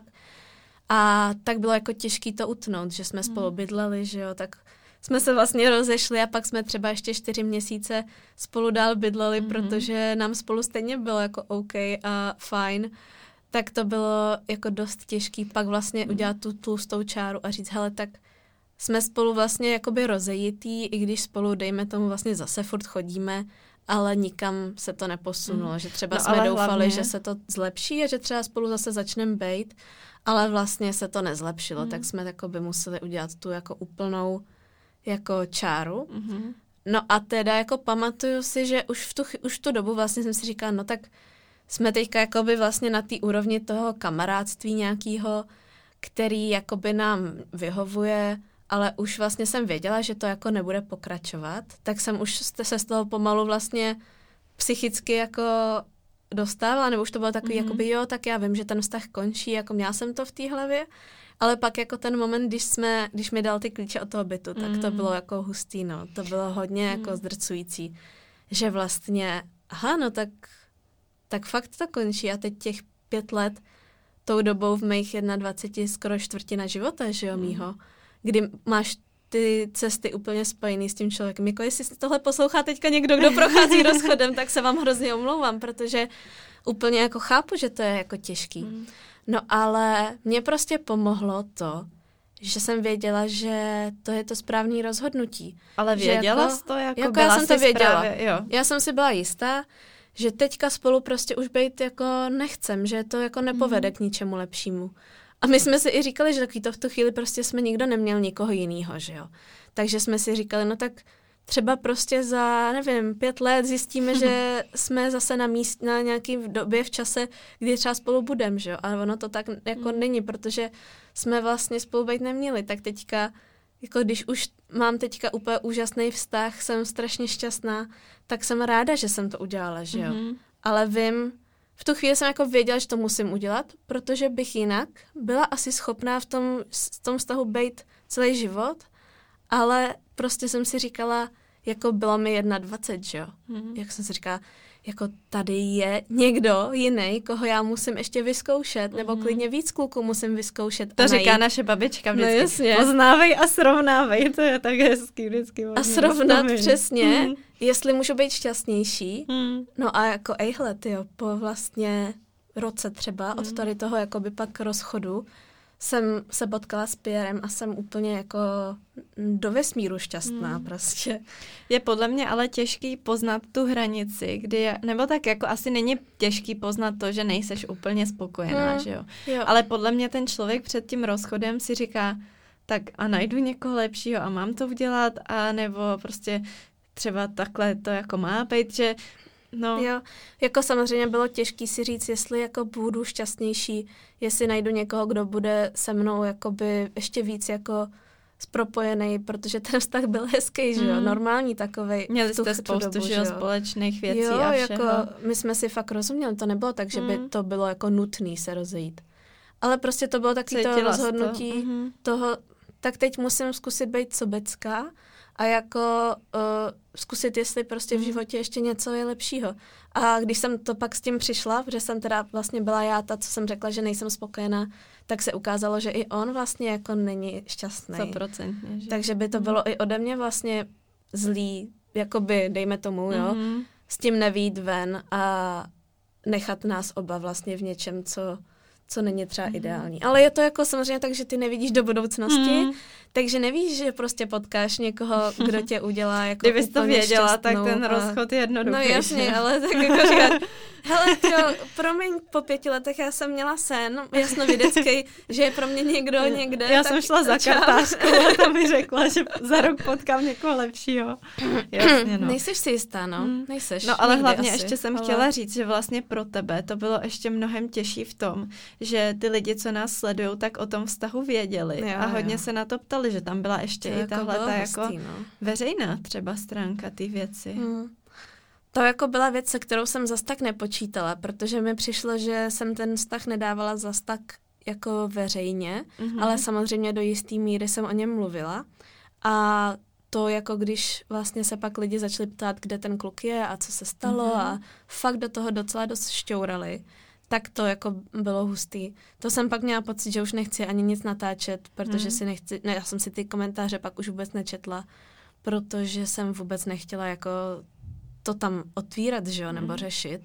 A tak bylo jako těžký to utnout, že jsme hmm. spolu bydleli, že jo, tak jsme se vlastně rozešli a pak jsme třeba ještě čtyři měsíce spolu dál bydleli, hmm. protože nám spolu stejně bylo jako OK a fajn. Tak to bylo jako dost těžký pak vlastně mm. udělat tu tlustou čáru a říct, hele, tak jsme spolu vlastně jakoby rozejitý, i když spolu, dejme tomu, vlastně zase furt chodíme, ale nikam se to neposunulo, mm. že třeba
no,
jsme doufali,
hlavně...
že se to zlepší a že třeba spolu zase začneme bejt, ale vlastně se to nezlepšilo, mm. tak jsme jakoby museli udělat tu jako úplnou jako čáru. Mm. No a teda jako pamatuju si, že už v tu, už v tu dobu vlastně jsem si říkala, no tak jsme teďka jakoby vlastně na té úrovni toho kamarádství nějakého, který jakoby nám vyhovuje, ale už vlastně jsem věděla, že to jako nebude pokračovat, tak jsem už se z toho pomalu vlastně psychicky jako dostávala, nebo už to bylo takový mm-hmm. jakoby jo, tak já vím, že ten vztah končí, jako měla jsem to v té hlavě, ale pak jako ten moment, když jsme, když mi dal ty klíče od toho bytu, tak mm-hmm. to bylo jako hustý, no, to bylo hodně mm-hmm. jako zdrcující, že vlastně, aha, no tak tak fakt to končí a teď těch pět let tou dobou v mých dvaceti jedna skoro čtvrtina života, že jo, mýho, kdy máš ty cesty úplně spojený s tím člověkem. Jako jestli tohle poslouchá teďka někdo, kdo prochází rozchodem, tak se vám hrozně omlouvám, protože úplně jako chápu, že to je jako těžký. Mm. No ale mě prostě pomohlo to, že jsem věděla, že to je to správný rozhodnutí.
Ale věděla jako, jsi to? Jako,
jako
byla
já jsem to věděla.
Právě, jo.
Já jsem si byla jistá, že teďka spolu prostě už bejt jako nechcem, že to jako nepovede mm. k ničemu lepšímu. A my jsme si i říkali, že takový to v tu chvíli prostě jsme nikdo neměl nikoho jinýho, že jo. Takže jsme si říkali, no tak třeba prostě za, nevím, pět let zjistíme, že jsme zase na míst, na nějaký době v čase, kdy třeba spolu budem, že jo. Ale ono to tak jako mm. není, protože jsme vlastně spolu bejt neměli. Tak teďka, jako když už mám teďka úplně úžasný vztah, jsem strašně šťastná, tak jsem ráda, že jsem to udělala, že jo. Mm-hmm. Ale vím, v tu chvíli jsem jako věděla, že to musím udělat, protože bych jinak byla asi schopná v tom, v tom vztahu bejt celý život, ale prostě jsem si říkala, jako bylo mi dvacet jedna, že jo. Mm-hmm. Jak jsem si říkala, jako tady je někdo jiný, koho já musím ještě vyzkoušet, nebo
Mhm.
klidně víc kluků musím vyzkoušet
To
a
říká
najít.
naše babička
No
vždycky.
jasně.
Poznávej a srovnávej, to je tak hezký vždycky.
A srovnat
nastavení.
přesně,
Mhm.
jestli můžu být šťastnější.
Mhm.
No a jako ejhle, tyjo, po vlastně roce třeba od
Mhm.
tady toho jakoby pak rozchodu jsem se potkala s Pierrem a jsem úplně jako do vesmíru šťastná
Mhm.
prostě.
Je podle mě ale těžký poznat tu hranici, kdy je, nebo tak jako asi není těžký poznat to, že nejseš úplně spokojená,
Hmm.
že jo.
Jo.
Ale podle mě ten člověk před tím rozchodem si říká, tak a najdu někoho lepšího a mám to udělat, a nebo prostě třeba takhle to jako má být, že no.
Jo, jako samozřejmě bylo těžké si říct, jestli jako budu šťastnější, jestli najdu někoho, kdo bude se mnou jakoby ještě víc jako propojený, protože ten vztah byl hezký, že jo,
Mm.
normální takovej.
Měli
v tu-
jste
v tu
spoustu
dobu,
že jo, společných věcí
jo,
a
jako
všeho.
my jsme si fakt rozuměli, to nebylo tak, že by
Mm.
to bylo jako nutný se rozejít. Ale prostě to bylo takový to
Cítila jsi
rozhodnutí
to. Mhm.
toho, tak teď musím zkusit být sobecká a jako uh, zkusit, jestli prostě v
Mhm.
životě ještě něco je lepšího. A když jsem to pak s tím přišla, protože jsem teda vlastně byla já ta, co jsem řekla, že nejsem spokojená, tak se ukázalo, že i on vlastně jako není šťastný.
Stoprocentně, že?
Takže by to
Mhm.
bylo i ode mě vlastně zlý, jakoby, dejme tomu, jo,
Mhm.
s tím nevít ven a nechat nás oba vlastně v něčem, co, co není třeba
Mhm.
ideální. Ale je to jako samozřejmě tak, že ty nevidíš do budoucnosti,
Mhm.
takže nevíš, že prostě potkáš někoho, kdo tě udělá jako
Kdybys to
úplně
věděla, tak
šťastnou
ten
a-
rozchod je jednoduchý.
No jasně,
že?
ale tak jako říkat, hele, tyjo, promiň, po pěti letech já jsem měla sen jasnovidecký, že je pro mě někdo někde.
Já
tak
jsem šla za
čau.
kartářkou a ta mi řekla, že za rok potkám někoho lepšího. Jasně, no.
Nejseš si jistá, no.
Hmm.
Nejseš.
No ale
nikdy
hlavně
asi,
ještě jsem
ale...
chtěla říct, že vlastně pro tebe to bylo ještě mnohem těžší v tom, že ty lidi, co nás sledují, tak o tom vztahu věděli
Jo,
a hodně
jo.
se na to ptali, že tam byla ještě
To
i
jako
tahle
bylo
ta
hustý,
jako
no.
veřejná třeba stránka ty věci.
Hmm. To jako byla věc, se kterou jsem zas tak nepočítala, protože mi přišlo, že jsem ten vztah nedávala zas tak jako veřejně,
Mhm.
ale samozřejmě do jistý míry jsem o něm mluvila. A to jako když vlastně se pak lidi začali ptát, kde ten kluk je a co se stalo
Mhm.
a fakt do toho docela dost šťourali, tak to jako bylo hustý. To jsem pak měla pocit, že už nechci ani nic natáčet, protože
Mhm.
si nechci, ne, já jsem si ty komentáře pak už vůbec nečetla, protože jsem vůbec nechtěla jako to tam otvírat, že jo, nebo
Mhm.
řešit.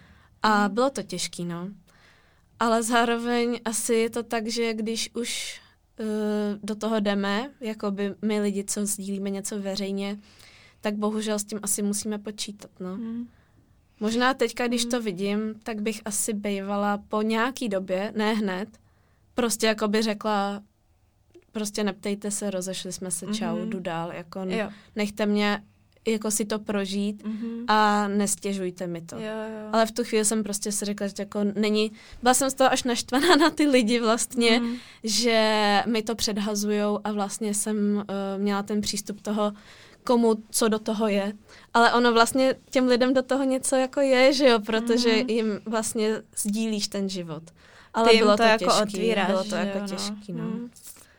A bylo to těžký, no. Ale zároveň asi je to tak, že když už uh, do toho jdeme, jako by my lidi, co sdílíme něco veřejně, tak bohužel s tím asi musíme počítat, no.
Mhm.
Možná teďka, když
Mhm.
to vidím, tak bych asi bejvala po nějaký době, ne hned, prostě jako by řekla, prostě neptejte se, rozešli jsme se, čau,
Mhm.
jdu dál, jako n-
Jo.
nechte mě jako si to prožít
Mhm.
a nestěžujte mi to.
Jo, jo.
Ale v tu chvíli jsem prostě si řekla, že jako není, byla jsem z toho až naštvaná na ty lidi vlastně,
Mhm.
že mi to předhazujou a vlastně jsem uh, měla ten přístup toho, komu co do toho je. Ale ono vlastně těm lidem do toho něco jako je, že jo, protože
Mhm.
jim vlastně sdílíš ten život. Ale
Ty jim
bylo
to
to,
jako
těžký,
otvíráš,
bylo to
že
jako
jo, no.
těžký, no.
Mhm.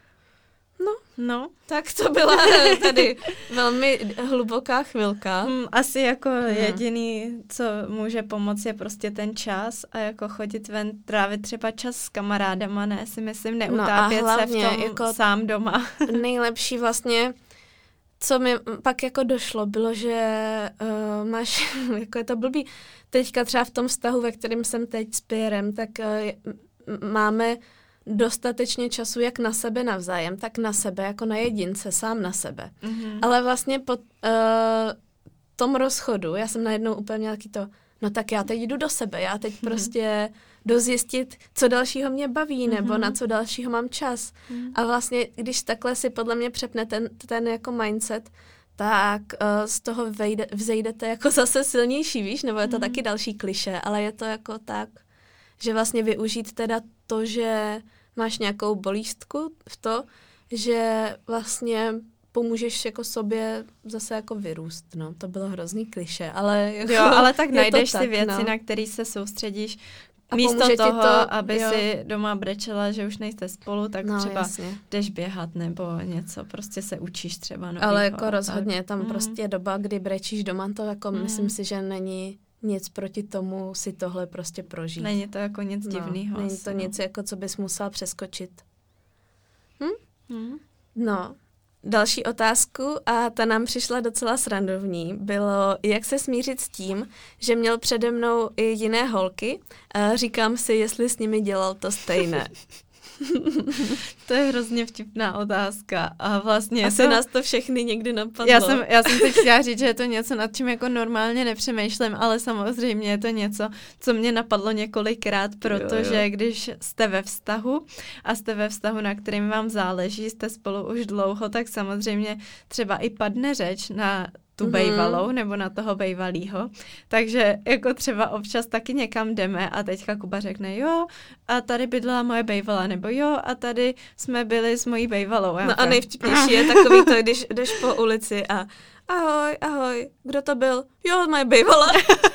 No,
No,
tak to byla tady velmi hluboká chvilka.
mm, asi jako
Hmm.
jediný, co může pomoct, je prostě ten čas a jako chodit ven, trávit třeba čas s kamarádama, ne, si myslím, neutápět
No a
se v
hlavně
tom
jako-
sám doma.
Nejlepší vlastně, co mi pak jako došlo, bylo, že uh, máš, jako je to blbý, teďka třeba v tom vztahu, ve kterém jsem teď s Pierrem, tak uh, m- máme dostatečně času jak na sebe navzájem, tak na sebe, jako na jedince, sám na sebe.
Mhm.
Ale vlastně po uh, tom rozchodu, já jsem najednou úplně měla taky to, no tak já teď jdu do sebe, já teď prostě jdu zjistit, co dalšího mě baví, nebo
Mhm.
na co dalšího mám čas.
Mhm.
A vlastně, když takhle si podle mě přepne ten, ten jako mindset, tak uh, z toho vejde, vzejdete jako zase silnější, víš, nebo je to
Mhm.
taky další klišé, ale je to jako tak, že vlastně využít teda to, že máš nějakou bolístku v to, že vlastně pomůžeš jako sobě zase jako vyrůst, no. To bylo hrozný klišé, ale jako
Jo, ale tak
je to
najdeš
tak,
si věci,
no.
na které se soustředíš.
A
Místo
pomůže ti
toho,
to,
aby
jo.
si doma brečela, že už nejste spolu, tak
No,
třeba
jasně.
jdeš běhat nebo něco, prostě se učíš třeba novýho.
Ale
a
jako
tak.
rozhodně tam
Mhm.
prostě doba, kdy brečíš doma, to jako
Mhm.
myslím si, že není nic proti tomu si tohle prostě prožít.
Není to jako nic
no,
divného.
Není to no. nic, jako co bys musela přeskočit. Hm?
Hmm.
No, další otázku, a ta nám přišla docela srandovní, bylo, jak se smířit s tím, že měl přede mnou i jiné holky a říkám si, jestli s nimi dělal to stejné.
To je hrozně vtipná otázka a vlastně
asi to... nás to všechny někdy napadlo.
Já jsem, já jsem teď chtěla říct, že je to něco, nad čím jako normálně nepřemýšlím, ale samozřejmě je to něco, co mě napadlo několikrát, protože jo, jo. když jste ve vztahu a jste ve vztahu, na kterým vám záleží, jste spolu už dlouho, tak samozřejmě třeba i padne řeč na tu mm-hmm. bejvalou nebo na toho bejvalýho. Takže jako třeba občas taky někam jdeme a teďka Kuba řekne jo a tady bydlela moje bejvala nebo jo a tady jsme byli s mojí bejvalou.
A no a nejvtipnější je takový to, když jdeš po ulici a ahoj, ahoj, kdo to byl? Jo, moje bejvala.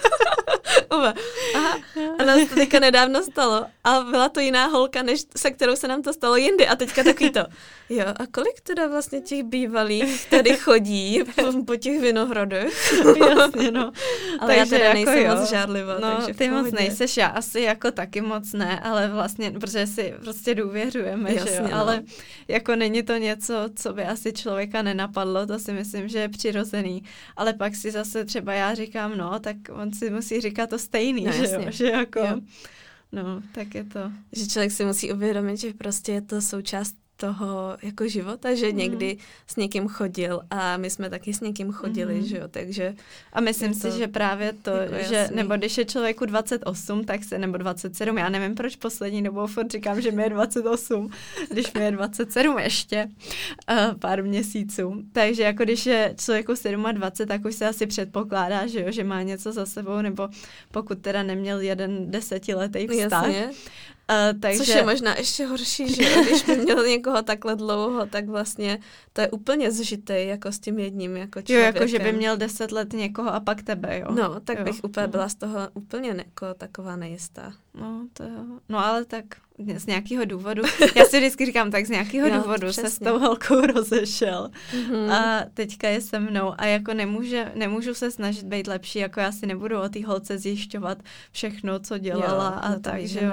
Aha. A nás to teďka nedávno stalo. A byla to jiná holka, než se kterou se nám to stalo jindy. A teďka takový to. Jo, a kolik teda vlastně těch bývalých tady chodí po, po těch vinohradech?
Jasně, no.
Ale takže já teda nejsem jako moc žárlivá.
No,
takže
ty moc nejseš, já asi jako taky moc ne, ale vlastně, protože si prostě důvěřujeme, jasně, že jo. No. Ale jako není to něco, co by asi člověka nenapadlo, to si myslím, že je přirozený. Ale pak si zase třeba já říkám, no, tak on si musí říkat to stejný, no, že jo, že jako, jo. No, tak je to.
Že člověk si musí uvědomit, že prostě je to součást toho jako života, že mm. někdy s někým chodil a my jsme taky s někým chodili, mm. že jo, takže...
A myslím si, že právě to, jako že, jasný. Nebo když je člověku dvacet osm, tak se, nebo dvacet sedm, já nevím, proč poslední dobou furt říkám, že mi je dvacet osm, když mi je dvacet sedm ještě, uh, pár měsíců. Takže jako když je člověku dvacet sedm, tak už se asi předpokládá, že jo, že má něco za sebou, nebo pokud teda neměl jeden desetiletý vztah. Jasně. Uh, takže...
Což je možná ještě horší, že když by měl někoho takhle dlouho, tak vlastně to je úplně zžitej jako s tím jedním jako člověkem.
Jo, jako že by měl deset let někoho a pak tebe, jo.
No, tak
jo.
bych úplně byla z toho úplně ne, jako taková nejistá.
No, to jo. No, ale tak z nějakého důvodu, já si vždycky říkám, tak z nějakého no, důvodu přesně. se s tou holkou rozešel mm-hmm. a teďka je se mnou a jako nemůže, nemůžu se snažit být lepší, jako já si nebudu o té holce zjišťovat všechno, co dělala jo, a tak, že jo.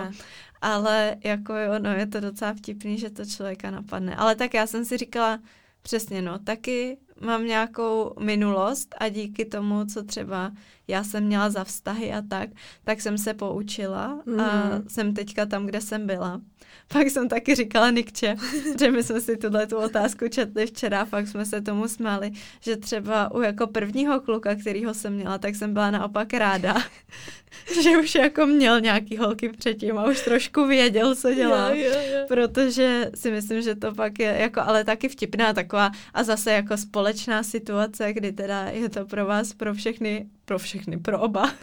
Ale jako jo, no je to docela vtipný, že to člověka napadne. Ale tak já jsem si říkala, přesně no, taky mám nějakou minulost a díky tomu, co třeba já jsem měla za vztahy a tak, tak jsem se poučila mm. a jsem teďka tam, kde jsem byla. Pak jsem taky říkala Nikče, že my jsme si tuhle tu otázku četli včera, fakt jsme se tomu smáli, že třeba u jako prvního kluka, kterýho jsem měla, tak jsem byla naopak ráda, že už jako měl nějaký holky předtím a už trošku věděl, co dělá, jo, jo, jo. Protože si myslím, že to pak je jako, ale taky vtipná taková a zase jako společná situace, kdy teda je to pro vás, pro všechny, pro všechny, pro oba.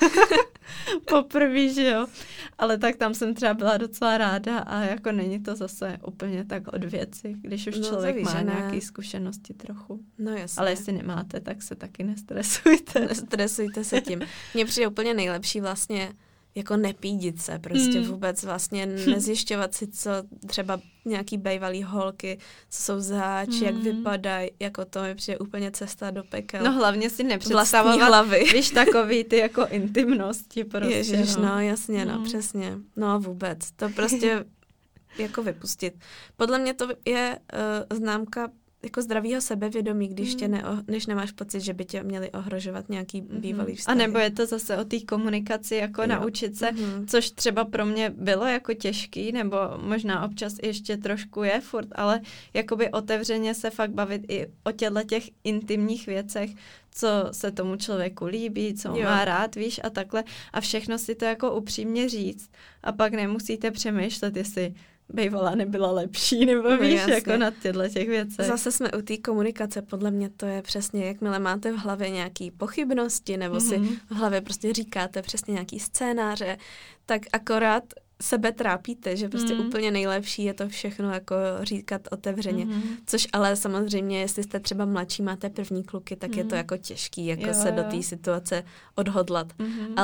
Poprvé, že jo. Ale tak tam jsem třeba byla docela ráda a jako není to zase úplně tak od věci, když už no, člověk má nějaké zkušenosti trochu.
No jasně.
Ale jestli nemáte, tak se taky nestresujte.
Nestresujte se tím. Mně přijde úplně nejlepší vlastně jako nepídit se, prostě mm. vůbec vlastně nezjišťovat si, co třeba nějaký bejvalý holky, co jsou zač, mm. jak vypadají, jako to mi přijde úplně cesta do pekel.
No hlavně si nepředstavovat, hlavy. Víš, takový ty jako intimnosti prostě.
Ježiš,
no.
no jasně, no, mm. přesně. No vůbec, to prostě jako vypustit. Podle mě to je uh, známka jako zdravýho sebevědomí, když tě ne, než nemáš pocit, že by tě měli ohrožovat nějaký bývalý vztahy.
A nebo je to zase o té komunikaci, jako jo. naučit se, mm-hmm. což třeba pro mě bylo jako těžký, nebo možná občas ještě trošku je furt, ale jakoby otevřeně se fakt bavit i o těchto těch intimních věcech, co se tomu člověku líbí, co jo. má rád, víš, a takhle. A všechno si to jako upřímně říct. A pak nemusíte přemýšlet, jestli bejvala nebyla lepší, nebo no, víš, jasně. jako na těchto těch věcech.
Zase jsme u té komunikace, podle mě to je přesně, jakmile máte v hlavě nějaký pochybnosti, nebo mm-hmm. si v hlavě prostě říkáte přesně nějaký scénáře, tak akorát sebe trápíte, že prostě mm. úplně nejlepší je to všechno jako říkat otevřeně. Mm. Což ale samozřejmě, jestli jste třeba mladší, máte první kluky, tak mm. je to jako těžký, jako jo, se jo. do té situace odhodlat. Mm. Ale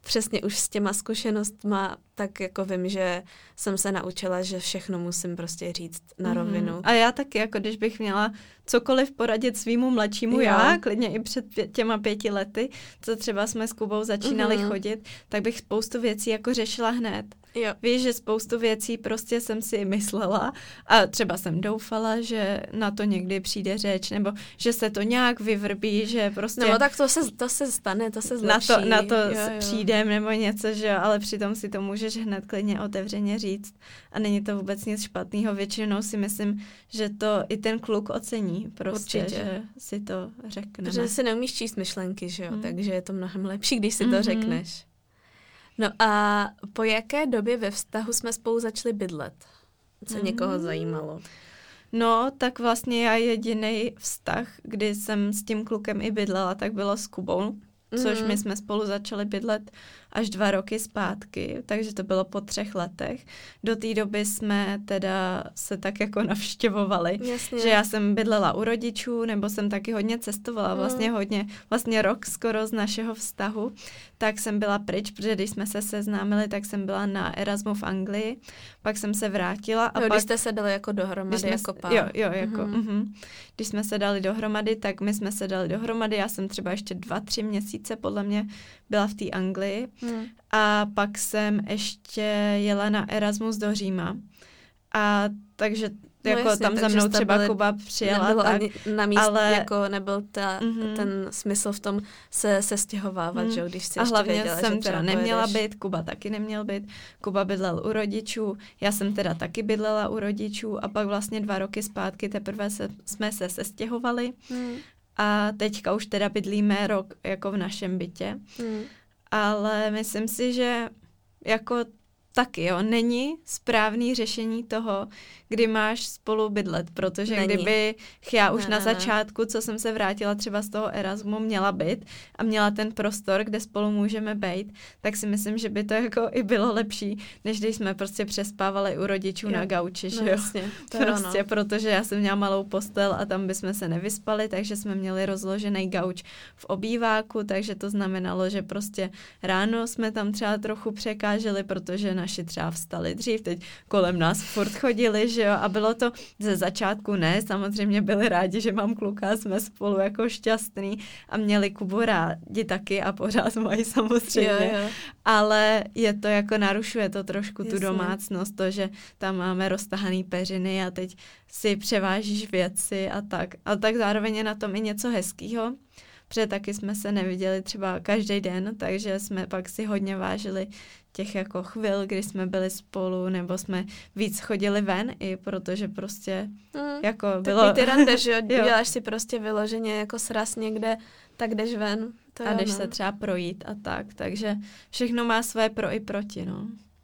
přesně už s těma zkušenostma, tak jako vím, že jsem se naučila, že všechno musím prostě říct na rovinu.
Mm-hmm. A já taky, jako když bych měla cokoliv poradit svýmu mladšímu jo. já, klidně i před pě- těma pěti lety, co třeba jsme s Kubou začínali mm-hmm. chodit, tak bych spoustu věcí jako řešila hned.
Jo.
Víš, že spoustu věcí prostě jsem si myslela a třeba jsem doufala, že na to někdy přijde řeč, nebo že se to nějak vyvrbí, že prostě...
Nebo tak to se, to se stane, to se zlepší.
Na to, na to
jo, jo.
přijdem nebo něco, že jo, ale přitom si to můžeš hned klidně otevřeně říct a není to vůbec nic špatného. Většinou si myslím, že to i ten kluk ocení prostě, určitě. Že si to řekneme.
Protože si neumíš číst myšlenky, že jo, hmm. takže je to mnohem lepší, když si
mm-hmm.
to řekneš. No a po jaké době ve vztahu jsme spolu začali bydlet? Co mm. někoho zajímalo?
No, tak vlastně já jediný vztah, kdy jsem s tím klukem i bydlela, tak bylo s Kubou, což my jsme spolu začali bydlet až dva roky zpátky, takže to bylo po třech letech. Do té doby jsme teda se tak jako navštěvovali,
Jasně.
že já jsem bydlela u rodičů, nebo jsem taky hodně cestovala, vlastně hodně, vlastně rok skoro z našeho vztahu, tak jsem byla pryč, protože když jsme se seznámili, tak jsem byla na Erasmu v Anglii, pak jsem se vrátila. A
jo,
pak,
když jste se dali jako dohromady,
jsme,
jako pár.
Jo, jo, jako,
mm-hmm.
uh-huh. Když jsme se dali dohromady, tak my jsme se dali dohromady, já jsem třeba ještě dva, tři měsíce podle mě byla v té Anglii. Hmm. A pak jsem ještě jela na Erasmus do Říma. A takže
no
jako
jasně,
tam za mnou třeba
byli,
Kuba přijela.
Nebyl
tak,
ani na místě,
ale,
jako nebyl ta, mm-hmm. ten smysl v tom se, se stěhovávat, mm. že když si
a
ještě
hlavně
věděla,
jsem
že
teda neměla být, Kuba taky neměl být. Kuba bydlel u rodičů, já jsem teda taky bydlela u rodičů a pak vlastně dva roky zpátky teprve se, jsme se sestěhovali. Mm. A teďka už teda bydlíme rok jako v našem bytě. Mm. Ale myslím si, že jako taky, jo, není správný řešení toho, kdy máš spolu bydlet, protože není. Kdyby já už ne, na ne, začátku, co jsem se vrátila třeba z toho Erasmu, měla být a měla ten prostor, kde spolu můžeme být, tak si myslím, že by to jako i bylo lepší, než když jsme prostě přespávali u rodičů jo. na gauči, že
no,
jo.
Jasně, to
prostě,
ono.
Protože já jsem měla malou postel a tam bychom se nevyspali, takže jsme měli rozložený gauč v obýváku, takže to znamenalo, že prostě ráno jsme tam třeba trochu překáželi, protože naši třeba vstali dřív, teď kolem nás furt chodili, že jo, a bylo to ze začátku ne, samozřejmě byli rádi, že mám kluka, jsme spolu jako šťastný a měli Kubu rádi taky a pořád mají samozřejmě,
jo, jo.
ale je to jako narušuje to trošku Jasně. tu domácnost, to, že tam máme roztahaný peřiny a teď si převážíš věci a tak, a tak zároveň je na tom i něco hezkýho, protože taky jsme se neviděli třeba každý den, takže jsme pak si hodně vážili těch jako chvil, kdy jsme byli spolu, nebo jsme víc chodili ven, i protože prostě mm, jako bylo...
Takový ty rande, že jo, děláš si prostě vyloženě jako sraz někde, tak jdeš ven. To
a jdeš
no.
se třeba projít a tak, takže všechno má své pro i proti, no.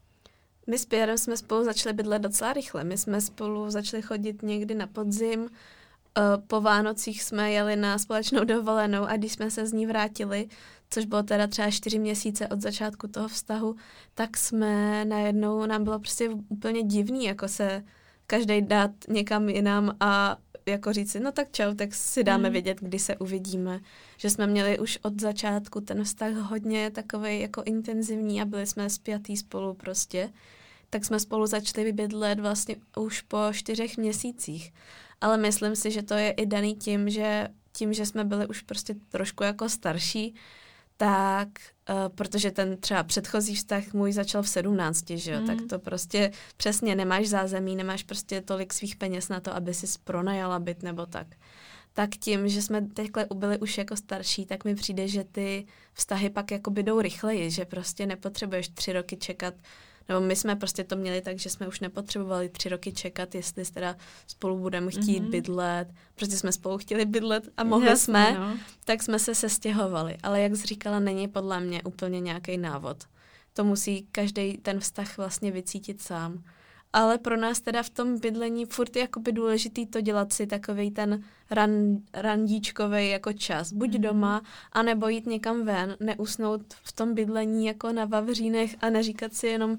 My s Pierrem jsme spolu začali bydlet docela rychle, my jsme spolu začali chodit někdy na podzim, po Vánocích jsme jeli na společnou dovolenou a když jsme se z ní vrátili, což bylo teda třeba čtyři měsíce od začátku toho vztahu, tak jsme najednou, nám bylo prostě úplně divný, jako se každej dát někam jinam a jako říct si, no tak čau, tak si dáme mm. vědět, kdy se uvidíme. Že jsme měli už od začátku ten vztah hodně takovej jako intenzivní a byli jsme spjatý spolu prostě. Tak jsme spolu začali bydlet vlastně už po čtyřech měsících. Ale myslím si, že to je i daný tím, že tím, že jsme byli už prostě trošku jako starší, tak, uh, protože ten třeba předchozí vztah můj začal v sedmnácti, že jo, mm. tak to prostě přesně nemáš zázemí, nemáš prostě tolik svých peněz na to, aby si pronajala byt nebo tak. Tak tím, že jsme teďhle byli už jako starší, tak mi přijde, že ty vztahy pak jako jdou rychleji, že prostě nepotřebuješ tři roky čekat, nebo my jsme prostě to měli tak, že jsme už nepotřebovali tři roky čekat, jestli teda spolu budeme chtít mm-hmm. bydlet, protože jsme spolu chtěli bydlet a mohli Jasně, jsme, no. tak jsme se sestěhovali. Ale jak jsi říkala, není podle mě úplně nějaký návod. To musí každý ten vztah vlastně vycítit sám. Ale pro nás teda v tom bydlení furt je jakoby důležitý to dělat si takovej ten ran, randíčkovej jako čas. Buď mm-hmm. doma, anebo jít někam ven, neusnout v tom bydlení jako na vavřínech a neříkat si jenom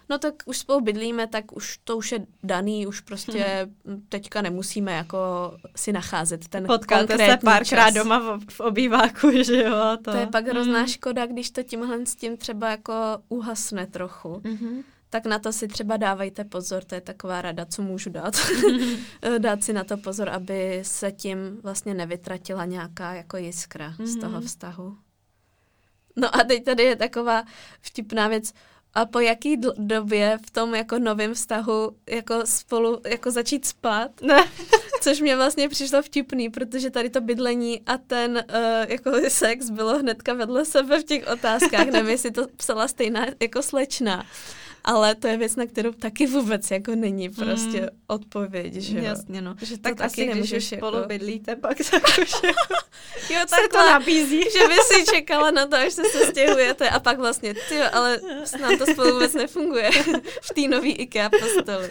no tak už spolu bydlíme, tak už to už je daný, už prostě teďka nemusíme jako si nacházet ten
Potkáte
konkrétní
se párkrát
čas.
doma v, v obýváku, že jo? A to.
to je pak hrozná mm. škoda, když to tímhle s tím třeba jako uhasne trochu.
Mm-hmm.
Tak na to si třeba dávejte pozor, to je taková rada, co můžu dát. Dát si na to pozor, aby se tím vlastně nevytratila nějaká jako jiskra mm-hmm. z toho vztahu. No a teď tady je taková vtipná věc. A po jaký dl- době v tom jako novém vztahu jako spolu jako začít spát?
Ne.
Což mě vlastně přišlo vtipný, protože tady to bydlení a ten uh, jako sex bylo hnedka vedle sebe v těch otázkách. Nevím, jestli to psala stejná jako slečna. Ale to je věc, na kterou taky vůbec jako není prostě mm. odpověď, že jo?
Jasně, no.
Že to
tak
taky
asi, když už
jako...
spolu bydlíte, pak tak už
jo,
se to nabízí.
Že by si čekala na to, až se sestěhujete a pak vlastně, tyjo, ale nám to spolu vůbec nefunguje v té nový IKEA posteli.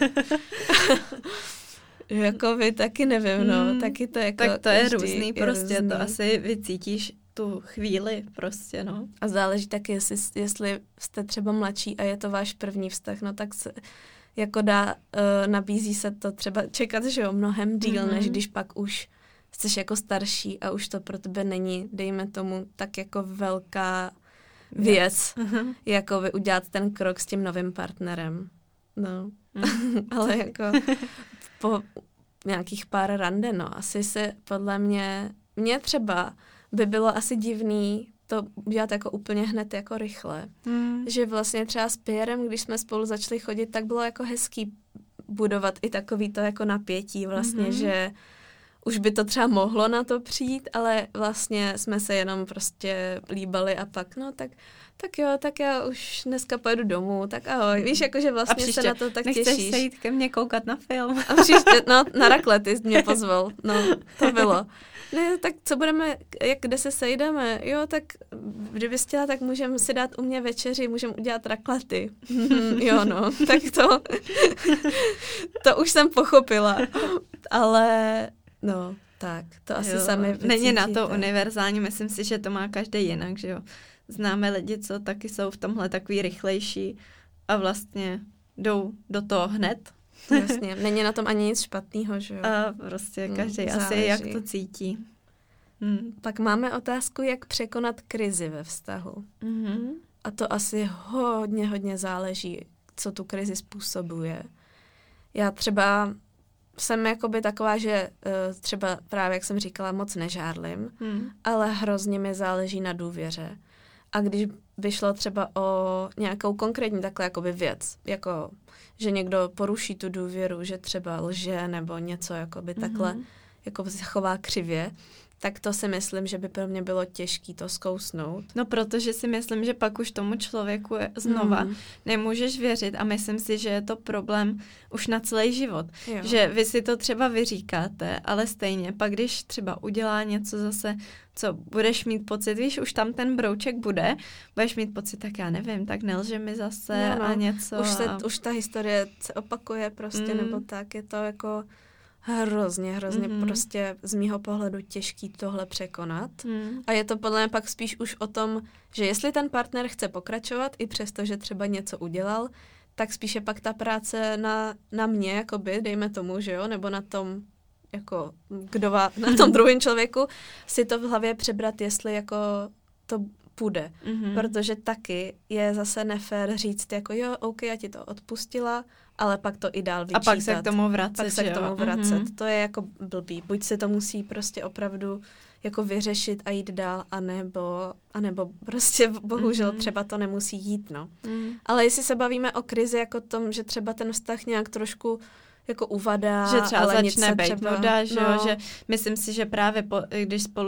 Jako vy taky nevím, no. Mm. Taky to jako
tak to je různý,
je
prostě
různý.
To asi vycítíš tu chvíli prostě, no.
A záleží taky, jestli, jestli jste třeba mladší a je to váš první vztah, no tak se jako dá, uh, nabízí se to třeba čekat, že jo, mnohem díl, mm-hmm. než když pak už jsi jako starší a už to pro tebe není, dejme tomu, tak jako velká věc, mm-hmm. jako vy udělat ten krok s tím novým partnerem. No, mm. ale jako po nějakých pár rande, no, asi se podle mě, mě třeba by bylo asi divný to udělat jako úplně hned jako rychle. Mm. Že vlastně třeba s Pierrem, když jsme spolu začali chodit, tak bylo jako hezký budovat i takový to jako napětí vlastně, mm-hmm. že už by to třeba mohlo na to přijít, ale vlastně jsme se jenom prostě líbali a pak, no tak, tak jo, tak já už dneska pojedu domů, tak ahoj. Víš, jakože vlastně se na to tak
nechceš
těšíš.
Nechceš se jít ke mně koukat na film?
A příště, no na raklety mě pozval, no to bylo. Ne, tak co budeme, jak, kde se sejdeme? Jo, tak kdyby chtěla, tak můžeme si dát u mě večeři, můžeme udělat raklety. Jo, no, tak to, to už jsem pochopila. Ale, no, tak, to asi
jo,
sami vycítíte.
Není na to univerzální, myslím si, že to má každý jinak, že jo. Známe lidi, co taky jsou v tomhle takový rychlejší a vlastně jdou do toho hned.
Jasně, není na tom ani nic špatného, že jo.
A prostě každý hmm, asi jak to cítí.
Hmm. Pak máme otázku, jak překonat krizi ve vztahu.
Mm-hmm.
A to asi hodně, hodně záleží, co tu krizi způsobuje. Já třeba jsem jakoby taková, že uh, třeba právě, jak jsem říkala, moc nežárlim, hmm. ale hrozně mi záleží na důvěře. A když by šlo třeba o nějakou konkrétní takhle jakoby věc, jako že někdo poruší tu důvěru, že třeba lže nebo něco jakoby takhle, mm-hmm. jako se chová křivě, tak to si myslím, že by pro mě bylo těžké to zkousnout.
No, protože si myslím, že pak už tomu člověku znova mm. nemůžeš věřit a myslím si, že je to problém už na celý život. Jo. Že vy si to třeba vyříkáte, ale stejně pak, když třeba udělá něco zase, co budeš mít pocit, víš, už tam ten brouček bude, budeš mít pocit, tak já nevím, tak nelže mi zase no, no. a něco.
Už, se,
a...
už ta historie se opakuje prostě, mm. nebo tak, je to jako... Hrozně, hrozně mm-hmm. prostě z mýho pohledu těžký tohle překonat. Mm. A je to podle mě pak spíš už o tom, že jestli ten partner chce pokračovat, i přesto, že třeba něco udělal, tak spíše pak ta práce na, na mě, jakoby, dejme tomu, že jo, nebo na tom, jako, kdo vá, na tom druhém člověku, si to v hlavě přebrat, jestli jako to půjde. Mm-hmm. Protože taky je zase nefér říct, jako jo, OK, já ti to odpustila, ale pak to i dál vyčítat.
A pak se k tomu vracet,
Pak se
jo?
k tomu vracet.
Mm-hmm.
To je jako blbý. Buď se to musí prostě opravdu jako vyřešit a jít dál, anebo, anebo prostě bohužel mm-hmm. třeba to nemusí jít, no. Mm. Ale jestli se bavíme o krizi jako tom, že třeba ten vztah nějak trošku jako uvadá,
že třeba
ale
začne být
třeba,
voda, že
no.
jo, že myslím si, že právě po, když spolu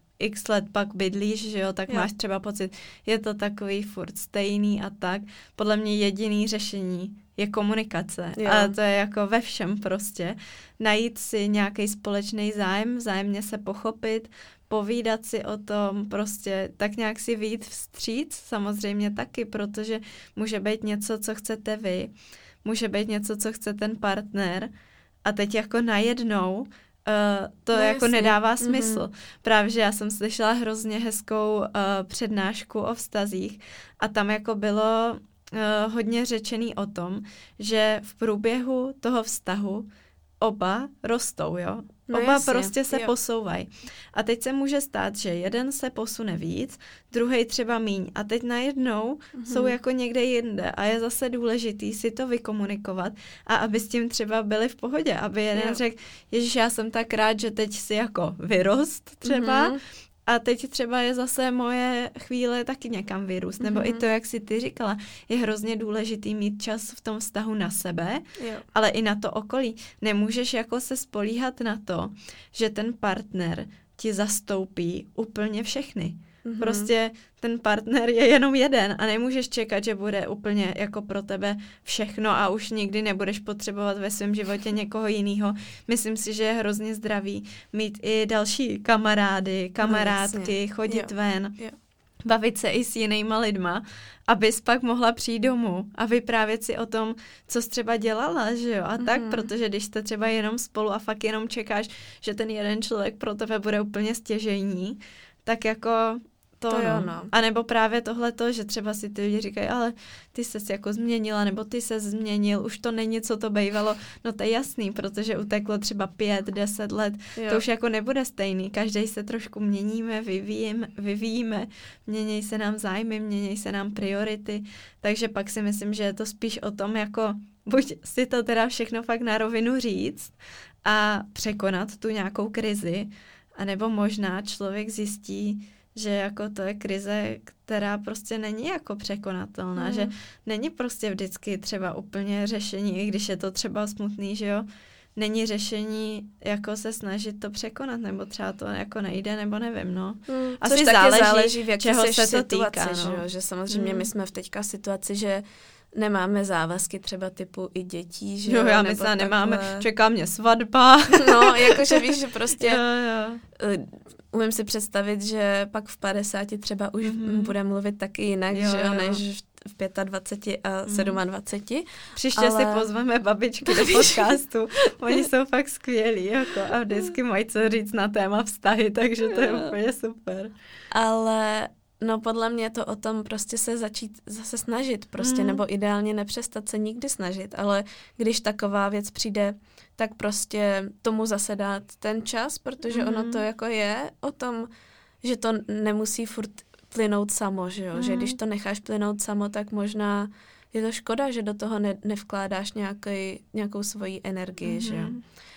x let pak bydlíš, že jo, tak jo. máš třeba pocit, je to takový furt stejný a tak. Podle mě jediný řešení je komunikace. Jo. A to je jako ve všem prostě. Najít si nějaký společný zájem, vzájemně se pochopit, povídat si o tom, prostě tak nějak si vyjít vstříc, samozřejmě taky, protože může být něco, co chcete vy, může být něco, co chce ten partner a teď jako najednou Uh, to no, jako jasně. nedává smysl. Mm-hmm. Právě, že já jsem slyšela hrozně hezkou uh, přednášku o vztazích a tam jako bylo uh, hodně řečený o tom, že v průběhu toho vztahu oba rostou, jo?
No
oba
jasně,
prostě se
jo.
posouvají. A teď se může stát, že jeden se posune víc, druhej třeba míň. A teď najednou mm-hmm. jsou jako někde jinde a je zase důležitý si to vykomunikovat a aby s tím třeba byli v pohodě. Aby jeden řekl, ježiš, já jsem tak rád, že teď si jako vyrost třeba, mm-hmm. a teď třeba je zase moje chvíle taky někam vyrůst. Nebo mm-hmm. i to, jak jsi ty říkala, je hrozně důležitý mít čas v tom vztahu na sebe,
jo.
ale i na to okolí. Nemůžeš jako se spolíhat na to, že ten partner ti zastoupí úplně všechny. Mm-hmm. Prostě ten partner je jenom jeden a nemůžeš čekat, že bude úplně jako pro tebe všechno a už nikdy nebudeš potřebovat ve svém životě někoho jiného. Myslím si, že je hrozně zdravý mít i další kamarády, kamarádky, no, chodit jo. ven,
jo.
bavit se i s jinýma lidma, abys pak mohla přijít domů a vyprávět si o tom, co jsi třeba dělala, že jo, a mm-hmm. tak, protože když jste třeba jenom spolu a fakt jenom čekáš, že ten jeden člověk pro tebe bude úplně stěžejní, tak jako to,
to
no.
jo, no.
A nebo právě tohleto, že třeba si ty lidi říkají, ale ty ses jako změnila, nebo ty ses změnil, už to není, co to bývalo. No to je jasný, protože uteklo třeba pět, deset let, jo. to už jako nebude stejný. Každý se trošku měníme, vyvíjíme, vyvíjíme, mění se nám zájmy, mění se nám priority, takže pak si myslím, že je to spíš o tom, jako buď si to teda všechno fakt na rovinu říct a překonat tu nějakou krizi, anebo možná člověk zjistí, že jako to je krize, která prostě není jako překonatelná, mm. že není prostě vždycky třeba úplně řešení, i když je to třeba smutný, že jo, není řešení jako se snažit to překonat, nebo třeba to jako nejde, nebo nevím, no.
Mm. Asi Což záleží, záleží, v jaký čeho se situaci, to týká, no. Že, jo? Že samozřejmě mm. my jsme v teďka situaci, že nemáme závazky třeba typu i dětí, že jo?
Jo, já myslím, nemáme, čeká mě svatba.
No, jakože víš, že prostě
jo, jo.
umím si představit, že pak v padesáti třeba už mm-hmm. bude mluvit taky jinak, jo, že jo, než v dvaceti pěti a sedmadvaceti. Mm.
Příště ale... si pozveme babičky do podcastu. Oni jsou fakt skvělí, jako a vždycky mají co říct na téma vztahy, takže to je úplně super.
Ale no podle mě to o tom prostě se začít zase snažit prostě, mm. nebo ideálně nepřestat se nikdy snažit, ale když taková věc přijde, tak prostě tomu zase dát ten čas, protože mm. ono to jako je o tom, že to nemusí furt plynout samo, že jo, mm. že když to necháš plynout samo, tak možná je to škoda, že do toho ne, nevkládáš nějaký, nějakou svoji energii, mm. že jo.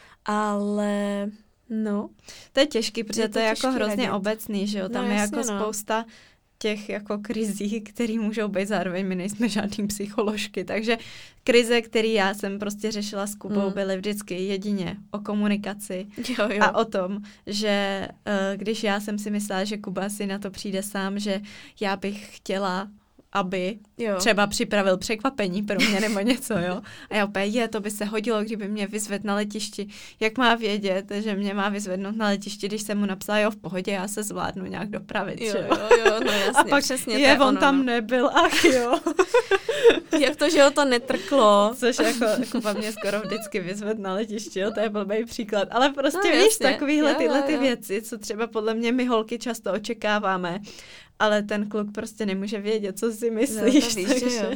Ale no.
To je těžký, protože je to, to je jako hrozně radit. Obecný, že jo, tam no, je jasně, jako no. spousta těch jako krizí, které můžou být zároveň, my nejsme žádný psycholožky, takže krize, které já jsem prostě řešila s Kubou, mm. byly vždycky jedině o komunikaci
jo, jo.
a o tom, že uh, když já jsem si myslela, že Kuba si na to přijde sám, že já bych chtěla, aby jo. třeba připravil překvapení pro mě nebo něco, jo. A já opět, je, to by se hodilo, kdyby mě vyzvedl na letišti. Jak má vědět, že mě má vyzvednout na letišti, když jsem mu napsala, jo, v pohodě, já se zvládnu nějak dopravit,
jo,
jo.
jo, jo, no jasně,
a pak
přesně,
je, on
ono,
tam
no.
nebyl, ach jo.
Jak to, že ho to netrklo.
Což jako Kuba mě skoro vždycky vyzvedl na letišti, jo, to je blbý příklad. Ale prostě
no,
víš, takovýhle
jo,
tyhle
jo,
ty
jo.
věci, co třeba podle mě my holky často očekáváme, ale ten kluk prostě nemůže vědět, co si myslíš.
No, víš,
takže...
jo.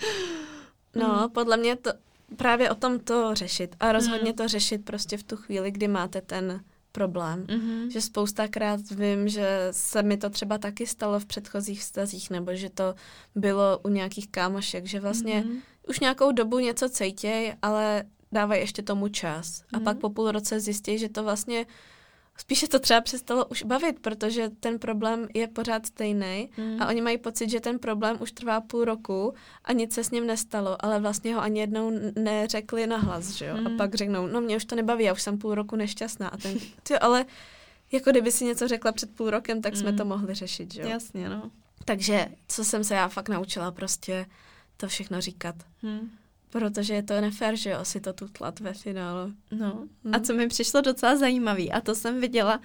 No, podle mě to právě o tom to řešit a rozhodně mm. to řešit prostě v tu chvíli, kdy máte ten problém. Mm-hmm. Že spoustakrát vím, že se mi to třeba taky stalo v předchozích vztazích, nebo že to bylo u nějakých kámošek, že vlastně mm-hmm. už nějakou dobu něco cejtěj, ale dávají ještě tomu čas. Mm-hmm. A pak po půl roce zjistí, že to vlastně spíše to třeba přestalo už bavit, protože ten problém je pořád stejný mm. a oni mají pocit, že ten problém už trvá půl roku a nic se s ním nestalo, ale vlastně ho ani jednou neřekli nahlas, že jo? Mm. A pak řeknou, no mě už to nebaví, já už jsem půl roku nešťastná. A ten, tyjo, ale jako kdyby si něco řekla před půl rokem, tak mm. jsme to mohli řešit, že jo?
Jasně, no.
Takže co jsem se já fakt naučila, prostě to všechno říkat. Mm. Protože je to nefér, že jo, si to tutlat ve finále.
No. Hmm. A co mi přišlo docela zajímavý, a to jsem viděla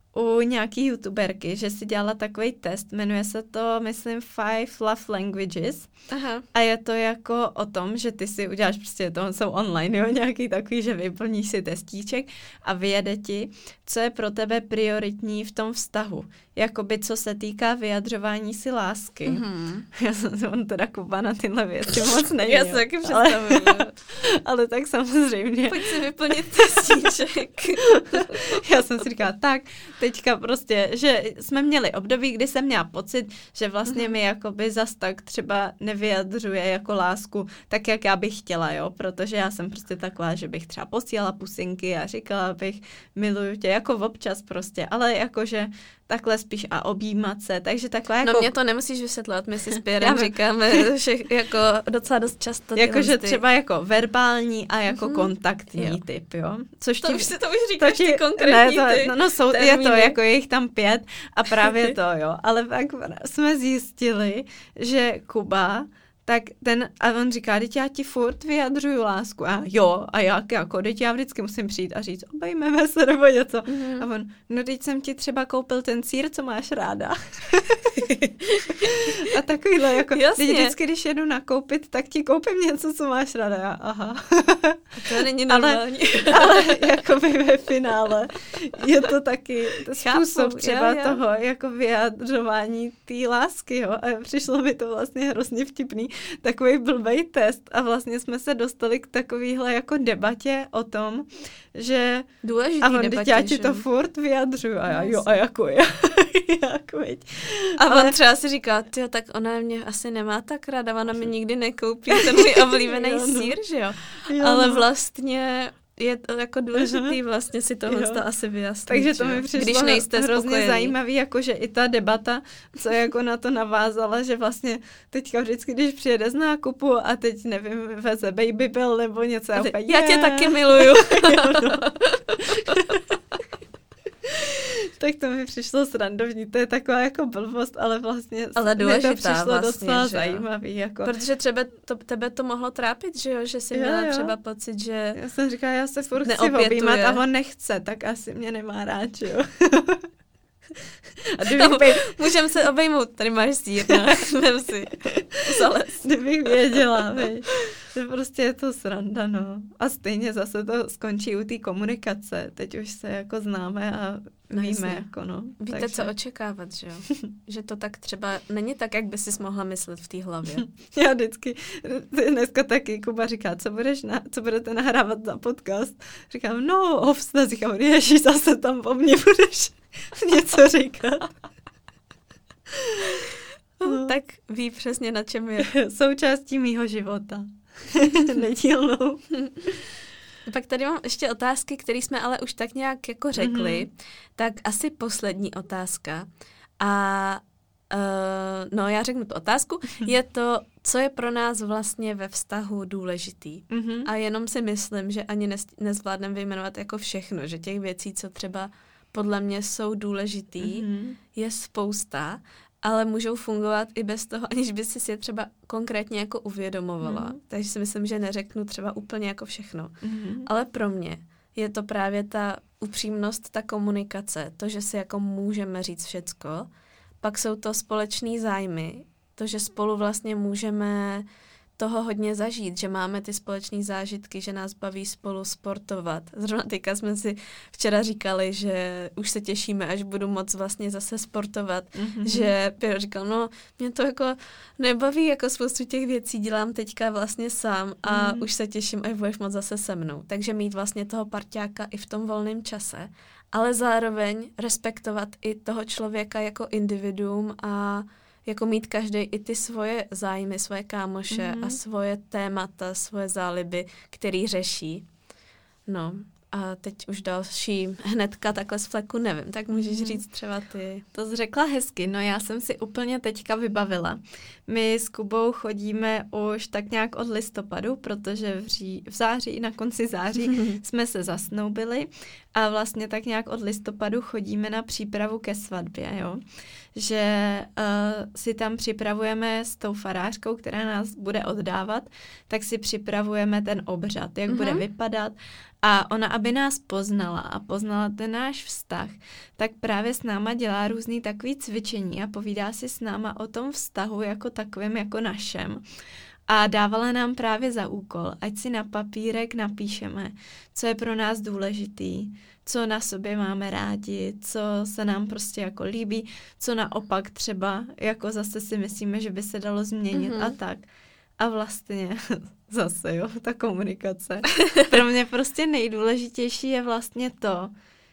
u nějaký youtuberky, že si dělala takový test, jmenuje se to, myslím, Five Love Languages.
Aha.
A je to jako o tom, že ty si uděláš prostě, to jsou online, jo, nějaký takový, že vyplníš si testíček a vyjede ti, co je pro tebe prioritní v tom vztahu. Jakoby co se týká vyjadřování si lásky.
Mm-hmm.
Já jsem on teda Kuba na tyhle věci moc není.
Já se taky představuju.
Ale, ale tak samozřejmě.
Pojď si vyplnit testíček.
Já jsem si říkala, tak, teďka prostě, že jsme měli období, kdy jsem měla pocit, že vlastně mm-hmm. mi jakoby zas tak třeba nevyjadřuje jako lásku tak, jak já bych chtěla, jo, protože já jsem prostě taková, že bych třeba posílala pusinky a říkala bych, miluju tě, jako občas prostě, ale jakože takhle spíš a objímat se, takže takhle jako...
No mě to nemusíš vysvětlovat, my si s Pierrem říkáme, že jako docela dost často...
Jakože třeba jako verbální a jako mm-hmm. kontaktní jo. typ, jo? Což
to
ti,
už si to už říkáš,
to ti,
ty konkrétní
ne, to,
ty
no, no jsou, je to, jako je jich tam pět a právě to, jo. Ale pak jsme zjistili, že Kuba, tak ten, a on říká, teď já ti furt vyjadřuju lásku. A jo, a jak jako, teď já vždycky musím přijít a říct, obejmeme se nebo něco. Mm-hmm. A on, no teď jsem ti třeba koupil ten sýr, co máš ráda. A takovýhle, jako, teď vždycky, když jedu nakoupit, tak ti koupím něco, co máš ráda. Já, aha.
To není normální.
Ale, ale jakoby ve finále je to taky způsob třeba jo, jo. toho, jako vyjadřování té lásky, jo. A přišlo mi to vlastně hrozně vtipný, takový blbej test a vlastně jsme se dostali k takovýhle jako debatě o tom, že
důležitý
a on,
debatě,
já ti
že?
to furt vyjadřuju a já, jo, a jako já, jak veď.
A ale... on třeba si říká, tyjo, tak ona mě asi nemá tak ráda, ona mi nikdy nekoupí ten můj oblíbený jo, no. sýr, že jo? jo ale no. vlastně je to jako důležitý vlastně si tohle to asi vyjasnit.
Takže to mi přišlo
když nejste
hrozně
spokojený.
zajímavý, jakože i ta debata, co jako na to navázala, že vlastně teďka vždycky, když přijede z nákupu a teď nevím, veze Baby Bell nebo něco.
Ty,
úplně,
já tě taky miluju.
jo, no. Tak to mi přišlo srandovní, to je taková jako blbost, ale vlastně
ale
mi to přišlo
vlastně,
docela zajímavý. Jako.
Protože třeba to, tebe to mohlo trápit, že jo, že jsi
jo,
měla
jo.
třeba pocit, že
já jsem říkala, já se furt chci objímat a on nechce, tak asi mě nemá rád, že jo.
A kdybych no, by... Můžeme se obejmout, tady máš sýr, no, si zales.
Kdybych věděla, víš, že prostě je to sranda, no. A stejně zase to skončí u té komunikace, teď už se jako známe a
no,
víme,
jasně.
jako no.
Víte, takže... co očekávat, že jo? Že to tak třeba není tak, jak by si mohla myslet v té hlavě.
Já vždycky, dneska taky Kuba říká, co, budeš na, co budete nahrávat za podcast? Říkám, no, o vztazích, a ježiš, zase tam po mně budeš něco říkat.
No. Tak ví přesně, na čem je.
Součástí mýho života. Nedílnou.
Pak tady mám ještě otázky, které jsme ale už tak nějak jako řekli. Mm-hmm. Tak asi poslední otázka. A uh, no, já řeknu tu otázku. Je to, co je pro nás vlastně ve vztahu důležitý. Mm-hmm. A jenom si myslím, že ani nezvládneme vyjmenovat jako všechno, že těch věcí, co třeba podle mě jsou důležitý, mm-hmm. je spousta, ale můžou fungovat i bez toho, aniž by si je třeba konkrétně jako uvědomovala. Mm. Takže si myslím, že neřeknu třeba úplně jako všechno. Mm. Ale pro mě je to právě ta upřímnost, ta komunikace, to, že si jako můžeme říct všecko. Pak jsou to společný zájmy, to, že spolu vlastně můžeme toho hodně zažít, že máme ty společné zážitky, že nás baví spolu sportovat. Zrovna teďka jsme si včera říkali, že už se těšíme, až budu moc vlastně zase sportovat, mm-hmm. že Pierre říkal, no mě to jako nebaví, jako spoustu těch věcí dělám teďka vlastně sám a mm-hmm. už se těším, až budeš moc zase se mnou. Takže mít vlastně toho parťáka i v tom volném čase, ale zároveň respektovat i toho člověka jako individuum a jako mít každý i ty svoje zájmy, svoje kámoše mm-hmm. a svoje témata, svoje záliby, který řeší. No a teď už další hnedka takhle z fleku nevím, tak můžeš mm-hmm. říct třeba ty.
To jsi řekla hezky, no já jsem si úplně teďka vybavila. My s Kubou chodíme už tak nějak od listopadu, protože v, ří, v září, na konci září mm-hmm. jsme se zasnoubili a vlastně tak nějak od listopadu chodíme na přípravu ke svatbě, jo. Že uh, si tam připravujeme s tou farářkou, která nás bude oddávat, tak si připravujeme ten obřad, jak mm-hmm. bude vypadat. A ona, aby nás poznala a poznala ten náš vztah, tak právě s náma dělá různý takový cvičení a povídá si s náma o tom vztahu jako takovém, jako našem. A dávala nám právě za úkol, ať si na papírek napíšeme, co je pro nás důležitý, co na sobě máme rádi, co se nám prostě jako líbí, co naopak třeba jako zase si myslíme, že by se dalo změnit mm-hmm. a tak. A vlastně zase, jo, ta komunikace. Pro mě prostě nejdůležitější je vlastně to,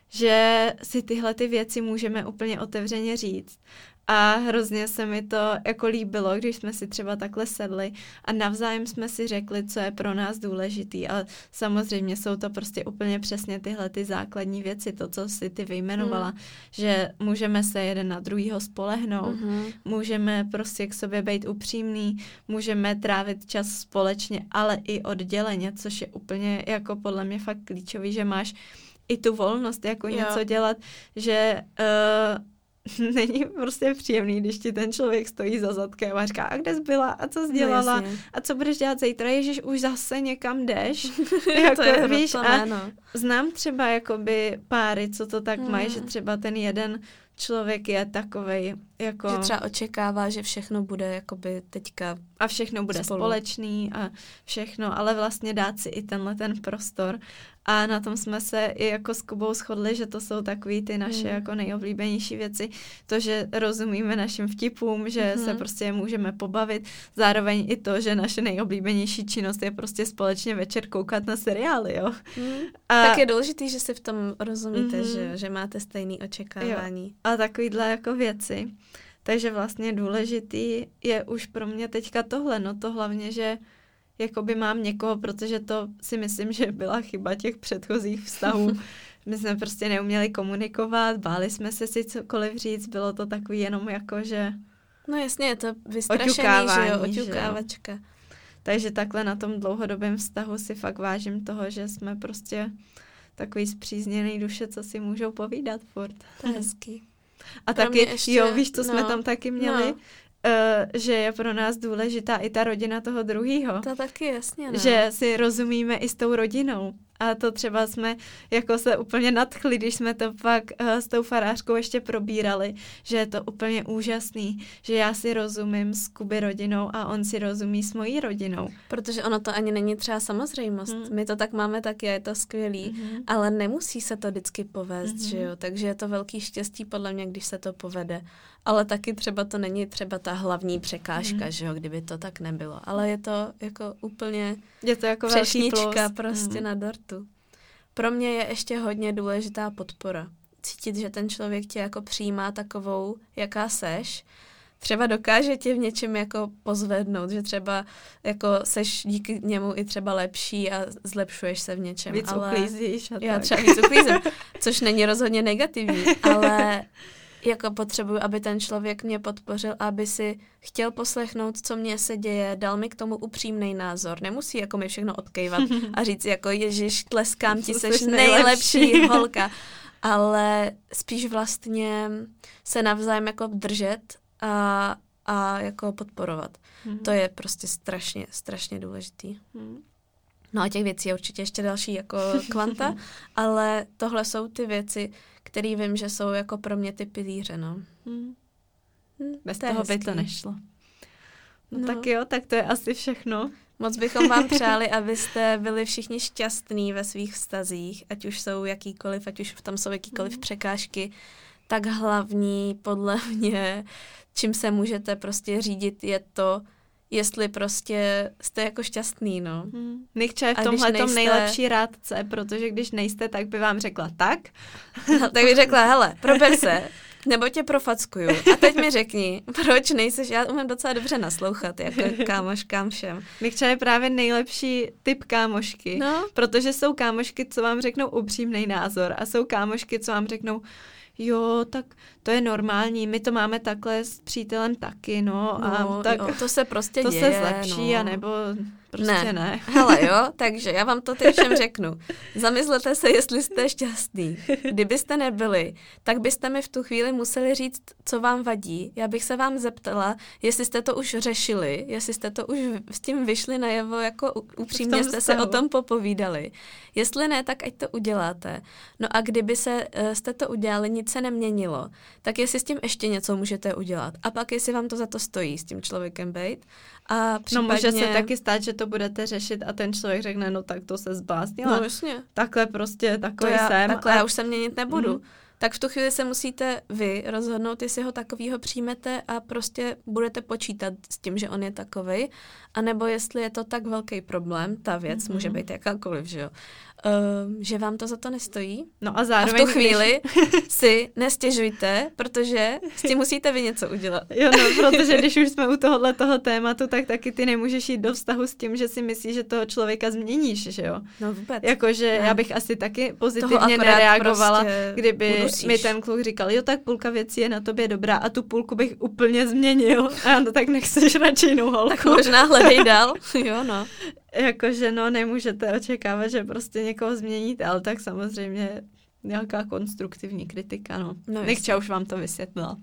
že si tyhle ty věci můžeme úplně otevřeně říct. A hrozně se mi to jako líbilo, když jsme si třeba takhle sedli a navzájem jsme si řekli, co je pro nás důležitý. A samozřejmě jsou to prostě úplně přesně tyhle ty základní věci, to, co si ty vyjmenovala, mm. že můžeme se jeden na druhýho spolehnout, mm-hmm. můžeme prostě k sobě být upřímný, můžeme trávit čas společně, ale i odděleně, což je úplně jako podle mě fakt klíčový, že máš i tu volnost jako jo. něco dělat, že... Uh, není prostě příjemný, když ti ten člověk stojí za zadkem a říká, a kde jsi byla, a co jsi dělala, no, a co budeš dělat zítra, ježiš, už zase někam jdeš. jako,
to je
víš,
a
no. Znám třeba jakoby páry, co to tak hmm. mají, že třeba ten jeden člověk je takovej, jako...
Že třeba očekává, že všechno bude jakoby teďka
a všechno bude spolu. Společný a všechno, ale vlastně dát si i tenhle ten prostor. A na tom jsme se i jako s Kubou shodli, že to jsou takový ty naše mm. jako nejoblíbenější věci. To, že rozumíme našim vtipům, že mm. se prostě můžeme pobavit. Zároveň i to, že naše nejoblíbenější činnost je prostě společně večer koukat na seriály, jo. Mm.
A tak je důležitý, že si v tom rozumíte, mm. že, že máte stejný očekávání.
Jo. A takovýhle jako věci. Takže vlastně důležitý je už pro mě teďka tohle, no to hlavně, že jakoby mám někoho, protože to si myslím, že byla chyba těch předchozích vztahů. My jsme prostě neuměli komunikovat, báli jsme se si cokoliv říct, bylo to takový jenom jako, že...
No jasně, je to vystrašený, že jo, oťukávačka. Že jo.
Takže takhle na tom dlouhodobém vztahu si fakt vážím toho, že jsme prostě takový spřízněný duše, co si můžou povídat furt.
To je hezký.
A pro taky, ještě, jo, víš, co no, jsme tam taky měli, no. Uh, že je pro nás důležitá i ta rodina toho druhýho.
To taky jasně, no.
Že si rozumíme i s tou rodinou. A to třeba jsme jako se úplně nadchli, když jsme to pak uh, s tou farářkou ještě probírali, že je to úplně úžasný, že já si rozumím s Kuby rodinou a on si rozumí s mojí rodinou.
Protože ono to ani není třeba samozřejmost. Hmm. My to tak máme taky, je to skvělý, hmm. ale nemusí se to vždycky povést, hmm. že jo. Takže je to velký štěstí podle mě, když se to povede. Ale taky třeba to není třeba ta hlavní překážka, hmm. že jo, kdyby to tak nebylo. Ale je to jako úplně
je to jako
třešnička prostě hmm. na dortu. Pro mě je ještě hodně důležitá podpora. Cítit, že ten člověk tě jako přijímá takovou, jaká seš. Třeba dokáže tě v něčem jako pozvednout, že třeba jako seš díky němu i třeba lepší a zlepšuješ se v něčem.
Víc
ale
uklízíš. A
já
tak.
třeba víc uklízím, což není rozhodně negativní, ale jako potřebuji, aby ten člověk mě podpořil, aby si chtěl poslechnout, co mně se děje, dal mi k tomu upřímný názor. Nemusí jako mi všechno odkejvat a říct jako ježiš, tleskám ti, seš nejlepší, nejlepší holka. Ale spíš vlastně se navzájem jako držet a, a jako podporovat. Hmm. To je prostě strašně, strašně důležitý. Hmm. No a těch věcí je určitě ještě další jako kvanta, ale tohle jsou ty věci, který vím, že jsou jako pro mě ty pilíře, no.
Hmm. Bez to toho by to nešlo. No, no tak jo, tak to je asi všechno.
Moc bychom vám přáli, abyste byli všichni šťastní ve svých vztazích, ať už jsou jakýkoliv, ať už tam jsou jakýkoliv hmm. překážky, tak hlavní podle mě, čím se můžete prostě řídit, je to, jestli prostě jste jako šťastný, no.
Hmm. Nikča je v tomhle nejste... tom nejlepší rádce, protože když nejste, tak by vám řekla tak.
No, tak by řekla, hele, prober se, nebo tě profackuju. A teď mi řekni, proč nejseš, já umím docela dobře naslouchat, jako kámoškám všem.
Nikča je právě nejlepší typ kámošky,
no.
Protože jsou kámošky, co vám řeknou upřímný názor a jsou kámošky, co vám řeknou, jo, tak to je normální, my to máme takhle s přítelem taky, no. A
no,
tak
jo, to se prostě
to
děje.
se zlepší,
no.
anebo prostě ne. ne.
Hele jo, takže já vám to teď všem řeknu. Zamyslete se, jestli jste šťastný. Kdybyste nebyli, tak byste mi v tu chvíli museli říct, co vám vadí. Já bych se vám zeptala, jestli jste to už řešili, jestli jste to už s tím vyšli najevo, jako upřímně jste se o tom popovídali. Jestli ne, tak ať to uděláte. No a kdyby se, jste to udělali, nic se neměnilo, tak jestli s tím ještě něco můžete udělat. A pak jestli vám to za to stojí s tím člověkem bejt. A případně...
No může se taky stát, že to budete řešit a ten člověk řekne, no tak to se zbláznila.
No jasně.
Takhle prostě, takový
já,
jsem.
Takhle
a...
já už se měnit nebudu. Mm. Tak v tu chvíli se musíte vy rozhodnout, jestli ho takovýho přijmete a prostě budete počítat s tím, že on je takovej, anebo jestli je to tak velký problém, ta věc mm-hmm. může být jakákoliv, že jo, uh, že vám to za to nestojí.
No a zároveň...
A v tu chvíli si nestěžujte, protože s tím musíte vy něco udělat.
Jo, no, protože když už jsme u tohohle toho tématu, tak taky ty nemůžeš jít do vztahu s tím, že si myslíš, že toho člověka změníš, že jo?
No vůbec.
Jakože já bych asi taky pozitivně nereagovala, prostě kdyby
udusíš.
Mi ten kluk říkal, jo, tak půlka věcí je na tobě dobrá a tu půlku bych úplně změnil. A no tak nechceš radši jinou holku.
Tak možná hledej dál. Jo, no.
Jakože no, nemůžete očekávat, že prostě někoho změníte, ale tak samozřejmě nějaká konstruktivní kritika, no. no Nechča už vám to vysvětlila.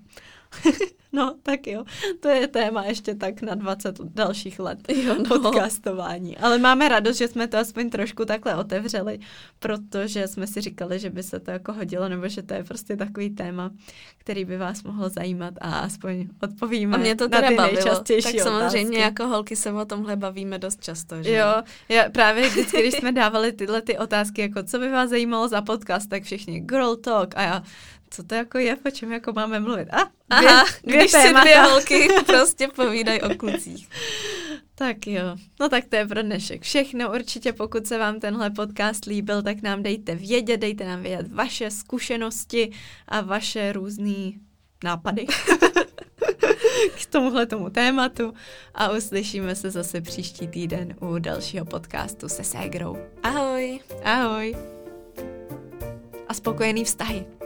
No, tak jo. To je téma ještě tak na dvacet dalších let
jo, no.
podcastování. Ale máme radost, že jsme to aspoň trošku takhle otevřeli, protože jsme si říkali, že by se to jako hodilo, nebo že to je prostě takový téma, který by vás mohlo zajímat a aspoň odpovíme
a mě to
na ty
bavilo.
nejčastější
Tak samozřejmě
otázky.
Jako holky se o tomhle bavíme dost často, že?
Jo, já právě vždycky, když jsme dávali tyhle ty otázky, jako co by vás zajímalo za podcast, tak všichni girl talk a já, co to jako je, o čem jako máme mluvit? A, dvě,
Aha,
dvě
když
témata.
si dvě holky prostě povídají o klucích.
Tak jo, no tak to je pro dnešek všechno. Určitě pokud se vám tenhle podcast líbil, tak nám dejte vědět, dejte nám vědět vaše zkušenosti a vaše různý nápady k tomuhle tomu tématu a uslyšíme se zase příští týden u dalšího podcastu se ségrou.
Ahoj.
Ahoj. A spokojený vztahy.